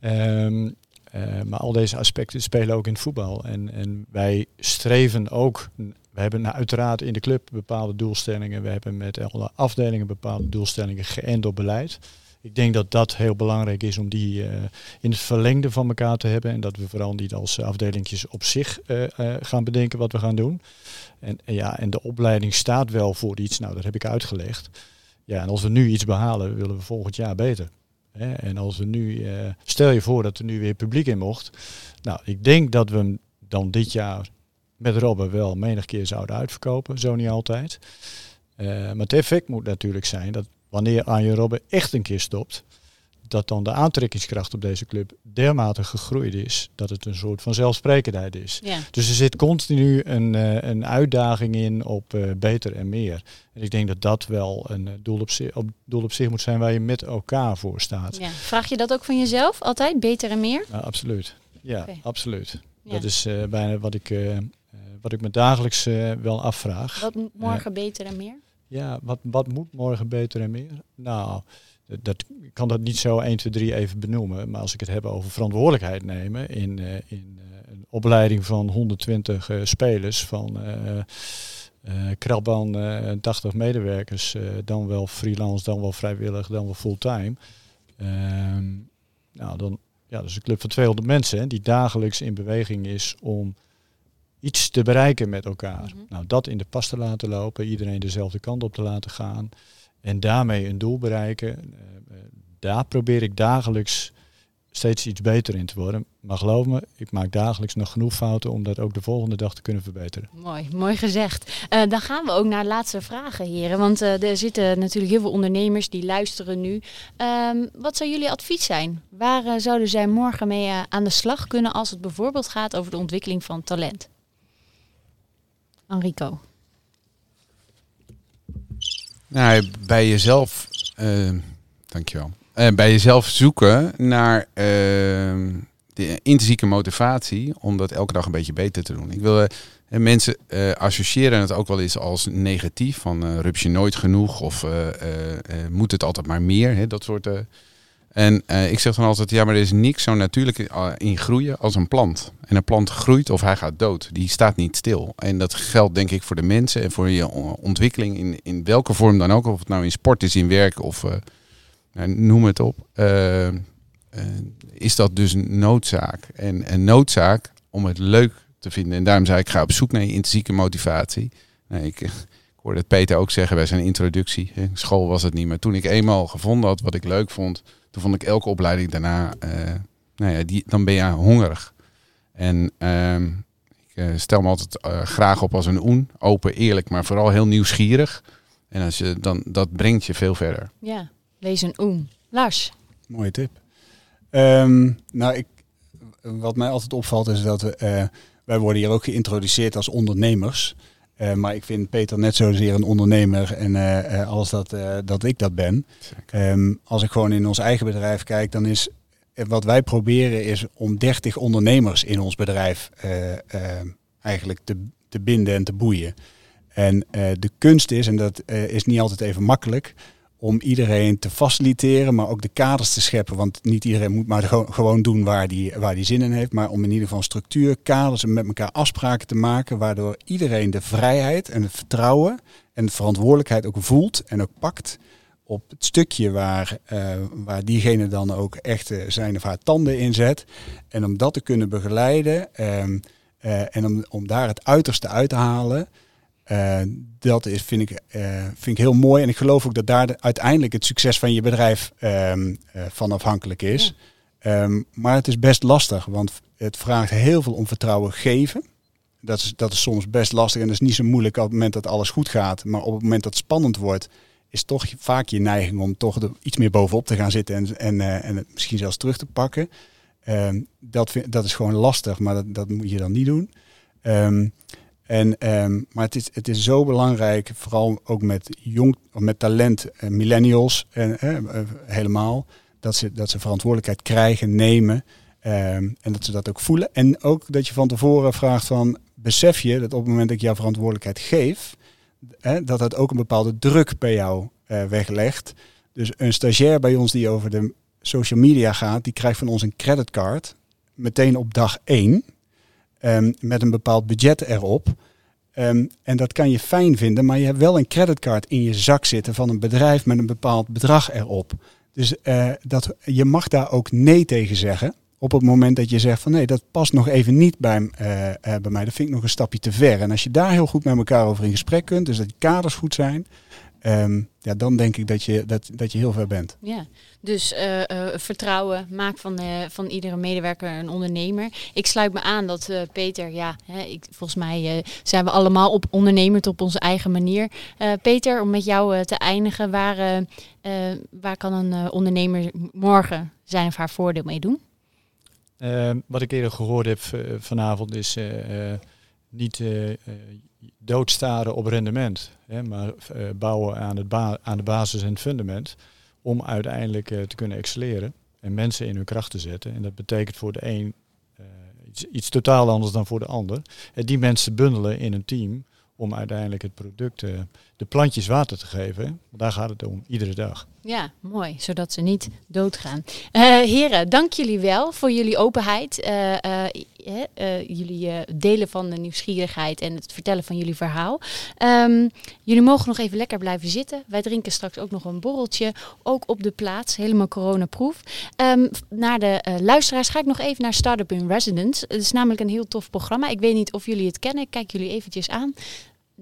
[SPEAKER 6] Um, uh, maar al deze aspecten spelen ook in het voetbal. En, en wij streven ook. We hebben nou, uiteraard in de club bepaalde doelstellingen. We hebben met alle afdelingen bepaalde doelstellingen geënt op beleid. Ik denk dat dat heel belangrijk is om die uh, in het verlengde van elkaar te hebben. En dat we vooral niet als afdelingjes op zich uh, uh, gaan bedenken wat we gaan doen. En, en, ja, en de opleiding staat wel voor iets. Nou, dat heb ik uitgelegd. Ja, en als we nu iets behalen, willen we volgend jaar beter. Hè? En als we nu, uh, stel je voor dat er nu weer publiek in mocht. Nou, ik denk dat we hem dan dit jaar met Robben wel menig keer zouden uitverkopen. Zo niet altijd. Uh, maar het effect moet natuurlijk zijn dat wanneer Arjen Robben echt een keer stopt, dat dan de aantrekkingskracht op deze club dermate gegroeid is, dat het een soort van zelfsprekendheid is.
[SPEAKER 3] Ja.
[SPEAKER 6] Dus er zit continu een, uh, een uitdaging in op uh, beter en meer. En ik denk dat dat wel een uh, doel, op zich, op, doel op zich moet zijn waar je met elkaar voor staat.
[SPEAKER 3] Ja. Vraag je dat ook van jezelf altijd? Beter en meer?
[SPEAKER 6] Uh, absoluut. Ja, okay. absoluut.
[SPEAKER 3] Ja.
[SPEAKER 6] Dat is uh, bijna wat ik, uh, uh, wat ik me dagelijks uh, wel afvraag.
[SPEAKER 3] Wat moet morgen
[SPEAKER 6] uh,
[SPEAKER 3] beter en meer?
[SPEAKER 6] Ja, wat, wat moet morgen beter en meer? Nou, dat, ik kan dat niet zo één, twee, drie even benoemen. Maar als ik het heb over verantwoordelijkheid nemen in, uh, in uh, een opleiding van honderdtwintig uh, spelers, van uh, uh, krabban uh, tachtig medewerkers, uh, dan wel freelance, dan wel vrijwillig, dan wel fulltime. Uh, nou, dan, ja, dat is een club van tweehonderd mensen hè, die dagelijks in beweging is om iets te bereiken met elkaar. Mm-hmm. Nou, dat in de pas te laten lopen, iedereen dezelfde kant op te laten gaan. En daarmee een doel bereiken. Uh, daar probeer ik dagelijks steeds iets beter in te worden. Maar geloof me, ik maak dagelijks nog genoeg fouten om dat ook de volgende dag te kunnen verbeteren.
[SPEAKER 3] Mooi, mooi gezegd. Uh, dan gaan we ook naar de laatste vragen, heren. Want uh, er zitten natuurlijk heel veel ondernemers die luisteren nu. Um, wat zou jullie advies zijn? Waar uh, zouden zij morgen mee uh, aan de slag kunnen als het bijvoorbeeld gaat over de ontwikkeling van talent? Enrico.
[SPEAKER 7] Nou, bij jezelf, uh, dankjewel. Uh, bij jezelf zoeken naar uh, de intrinsieke motivatie om dat elke dag een beetje beter te doen. Ik wil, uh, mensen uh, associëren het ook wel eens als negatief, van uh, rups je nooit genoeg of uh, uh, uh, moet het altijd maar meer, hè, dat soort. Uh, en uh, ik zeg dan altijd, ja, maar er is niks zo natuurlijk in groeien als een plant. En een plant groeit of hij gaat dood. Die staat niet stil. En dat geldt denk ik voor de mensen en voor je ontwikkeling in, in welke vorm dan ook. Of het nou in sport is, in werk of uh, nou, noem het op. Uh, uh, is dat dus een noodzaak. En een noodzaak om het leuk te vinden. En daarom zei ik, ga op zoek naar je intrinsieke motivatie. Nou, ik, ik hoorde het Peter ook zeggen bij zijn introductie. School was het niet. Maar toen ik eenmaal gevonden had wat ik leuk vond, toen vond ik elke opleiding daarna, uh, nou ja, die, dan ben je hongerig. En uh, ik uh, stel me altijd uh, graag op als een oen. Open, eerlijk, maar vooral heel nieuwsgierig. En als je, dan, dat brengt je veel verder.
[SPEAKER 3] Ja, wees een oen. Lars?
[SPEAKER 5] Mooie tip. Um, nou, ik, wat mij altijd opvalt is dat we, uh, wij worden hier ook geïntroduceerd als ondernemers. Uh, maar ik vind Peter net zozeer een ondernemer en uh, uh, als dat, uh, dat ik dat ben. Um, als ik gewoon in ons eigen bedrijf kijk, dan is wat wij proberen is om dertig ondernemers in ons bedrijf uh, uh, eigenlijk te, te binden en te boeien. En uh, de kunst is, en dat uh, is niet altijd even makkelijk, om iedereen te faciliteren, maar ook de kaders te scheppen. Want niet iedereen moet maar de, gewoon doen waar die, waar die zin in heeft. Maar om in ieder geval structuur, kaders en met elkaar afspraken te maken, waardoor iedereen de vrijheid en het vertrouwen en de verantwoordelijkheid ook voelt en ook pakt op het stukje waar, uh, waar diegene dan ook echt uh, zijn of haar tanden in zet. En om dat te kunnen begeleiden um, uh, en om, om daar het uiterste uit te halen. Uh, dat is, vind, ik, uh, vind ik heel mooi. En ik geloof ook dat daar de, uiteindelijk het succes van je bedrijf um, uh, van afhankelijk is. Ja. Um, maar het is best lastig, want het vraagt heel veel om vertrouwen geven. Dat is, dat is soms best lastig en dat is niet zo moeilijk op het moment dat alles goed gaat. Maar op het moment dat het spannend wordt, is toch vaak je neiging om toch er iets meer bovenop te gaan zitten en, en, uh, en het misschien zelfs terug te pakken. Um, dat, vind, dat is gewoon lastig, maar dat, dat moet je dan niet doen. Um, En, um, maar het is, het is zo belangrijk, vooral ook met jong, met talent, uh, millennials en uh, uh, helemaal, dat ze, dat ze verantwoordelijkheid krijgen, nemen um, en dat ze dat ook voelen. En ook dat je van tevoren vraagt van, besef je dat op het moment dat ik jou verantwoordelijkheid geef, uh, dat dat ook een bepaalde druk bij jou uh, weglegt. Dus een stagiair bij ons die over de social media gaat, die krijgt van ons een creditcard meteen op dag één. Um, met een bepaald budget erop. Um, en dat kan je fijn vinden, maar je hebt wel een creditcard in je zak zitten van een bedrijf met een bepaald bedrag erop. Dus uh, dat, je mag daar ook nee tegen zeggen. Op het moment dat je zegt van nee, dat past nog even niet bij, uh, uh, bij mij. Dat vind ik nog een stapje te ver. En als je daar heel goed met elkaar over in gesprek kunt, dus dat je kaders goed zijn, Um, ja, dan denk ik dat je, dat, dat je heel ver bent.
[SPEAKER 3] Ja, dus uh, uh, vertrouwen, maak van, uh, van iedere medewerker een ondernemer. Ik sluit me aan dat uh, Peter, ja, hè, ik, volgens mij uh, zijn we allemaal op ondernemers op onze eigen manier. Uh, Peter, om met jou uh, te eindigen, waar, uh, uh, waar kan een uh, ondernemer morgen zijn of haar voordeel mee doen?
[SPEAKER 6] Uh, wat ik eerder gehoord heb uh, vanavond is uh, uh, niet uh, uh, doodstaren op rendement, hè, maar uh, bouwen aan, het ba- aan de basis en het fundament om uiteindelijk uh, te kunnen excelleren en mensen in hun kracht te zetten. En dat betekent voor de een uh, iets, iets totaal anders dan voor de ander. En die mensen bundelen in een team om uiteindelijk het product, uh, de plantjes water te geven. Hè? Want daar gaat het om, iedere dag.
[SPEAKER 3] Ja, mooi, zodat ze niet doodgaan. Uh, heren, dank jullie wel voor jullie openheid. Uh, uh, uh, uh, jullie uh, delen van de nieuwsgierigheid en het vertellen van jullie verhaal. Um, jullie mogen nog even lekker blijven zitten. Wij drinken straks ook nog een borreltje, ook op de plaats, helemaal coronaproof. Um, naar de uh, luisteraars ga ik nog even naar Startup in Residence. Het is namelijk een heel tof programma. Ik weet niet of jullie het kennen. Ik kijk jullie eventjes aan.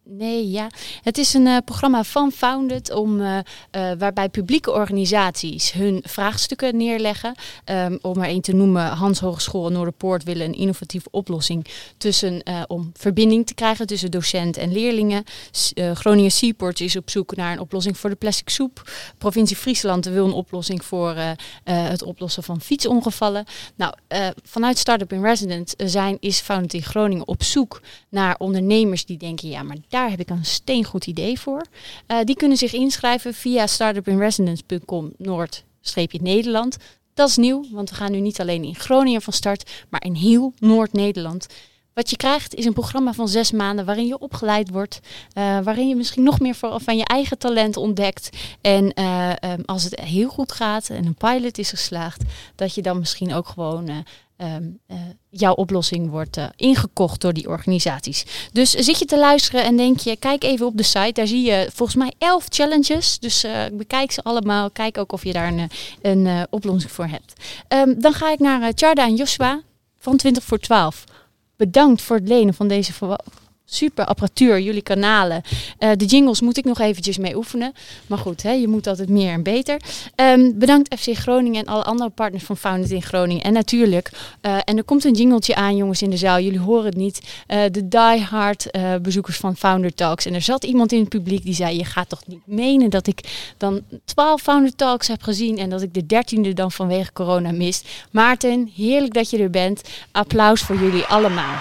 [SPEAKER 3] Nee, ja. Het is een uh, programma van Founded om, uh, uh, waarbij publieke organisaties hun vraagstukken neerleggen. Um, om er één te noemen, Hans Hogeschool en Noorderpoort willen een innovatieve oplossing tussen, uh, om verbinding te krijgen tussen docent en leerlingen. Uh, Groningen Seaport is op zoek naar een oplossing voor de plastic soep. Provincie Friesland wil een oplossing voor uh, uh, het oplossen van fietsongevallen. Nou, uh, vanuit Startup in Residence zijn is Founded in Groningen op zoek naar ondernemers die denken, ja, maar daar heb ik een steengoed idee voor. Uh, die kunnen zich inschrijven via startupinresidence punt com Noord-Nederland. Dat is nieuw, want we gaan nu niet alleen in Groningen van start, maar in heel Noord-Nederland. Wat je krijgt is een programma van zes maanden waarin je opgeleid wordt. Uh, waarin je misschien nog meer van je eigen talent ontdekt. En uh, um, als het heel goed gaat en een pilot is geslaagd, dat je dan misschien ook gewoon... Uh, Um, uh, jouw oplossing wordt uh, ingekocht door die organisaties. Dus uh, zit je te luisteren en denk je, kijk even op de site. Daar zie je volgens mij elf challenges. Dus uh, bekijk ze allemaal. Kijk ook of je daar een, een uh, oplossing voor hebt. Um, dan ga ik naar uh, Tjarda en Joshua van twintig voor twaalf. Bedankt voor het lenen van deze verwa- super apparatuur, jullie kanalen. Uh, de jingles moet ik nog eventjes mee oefenen. Maar goed, hè, je moet altijd meer en beter. Um, bedankt F C Groningen en alle andere partners van Founded in Groningen. En natuurlijk, uh, en er komt een jingletje aan, jongens in de zaal. Jullie horen het niet. Uh, de diehard uh, bezoekers van Founder Talks. En er zat iemand in het publiek die zei, je gaat toch niet menen dat ik dan twaalf Founder Talks heb gezien en dat ik de dertiende dan vanwege corona mist. Maarten, heerlijk dat je er bent. Applaus voor jullie allemaal.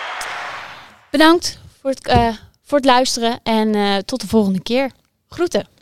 [SPEAKER 3] Bedankt voor het, uh, voor het luisteren en uh, tot de volgende keer. Groeten.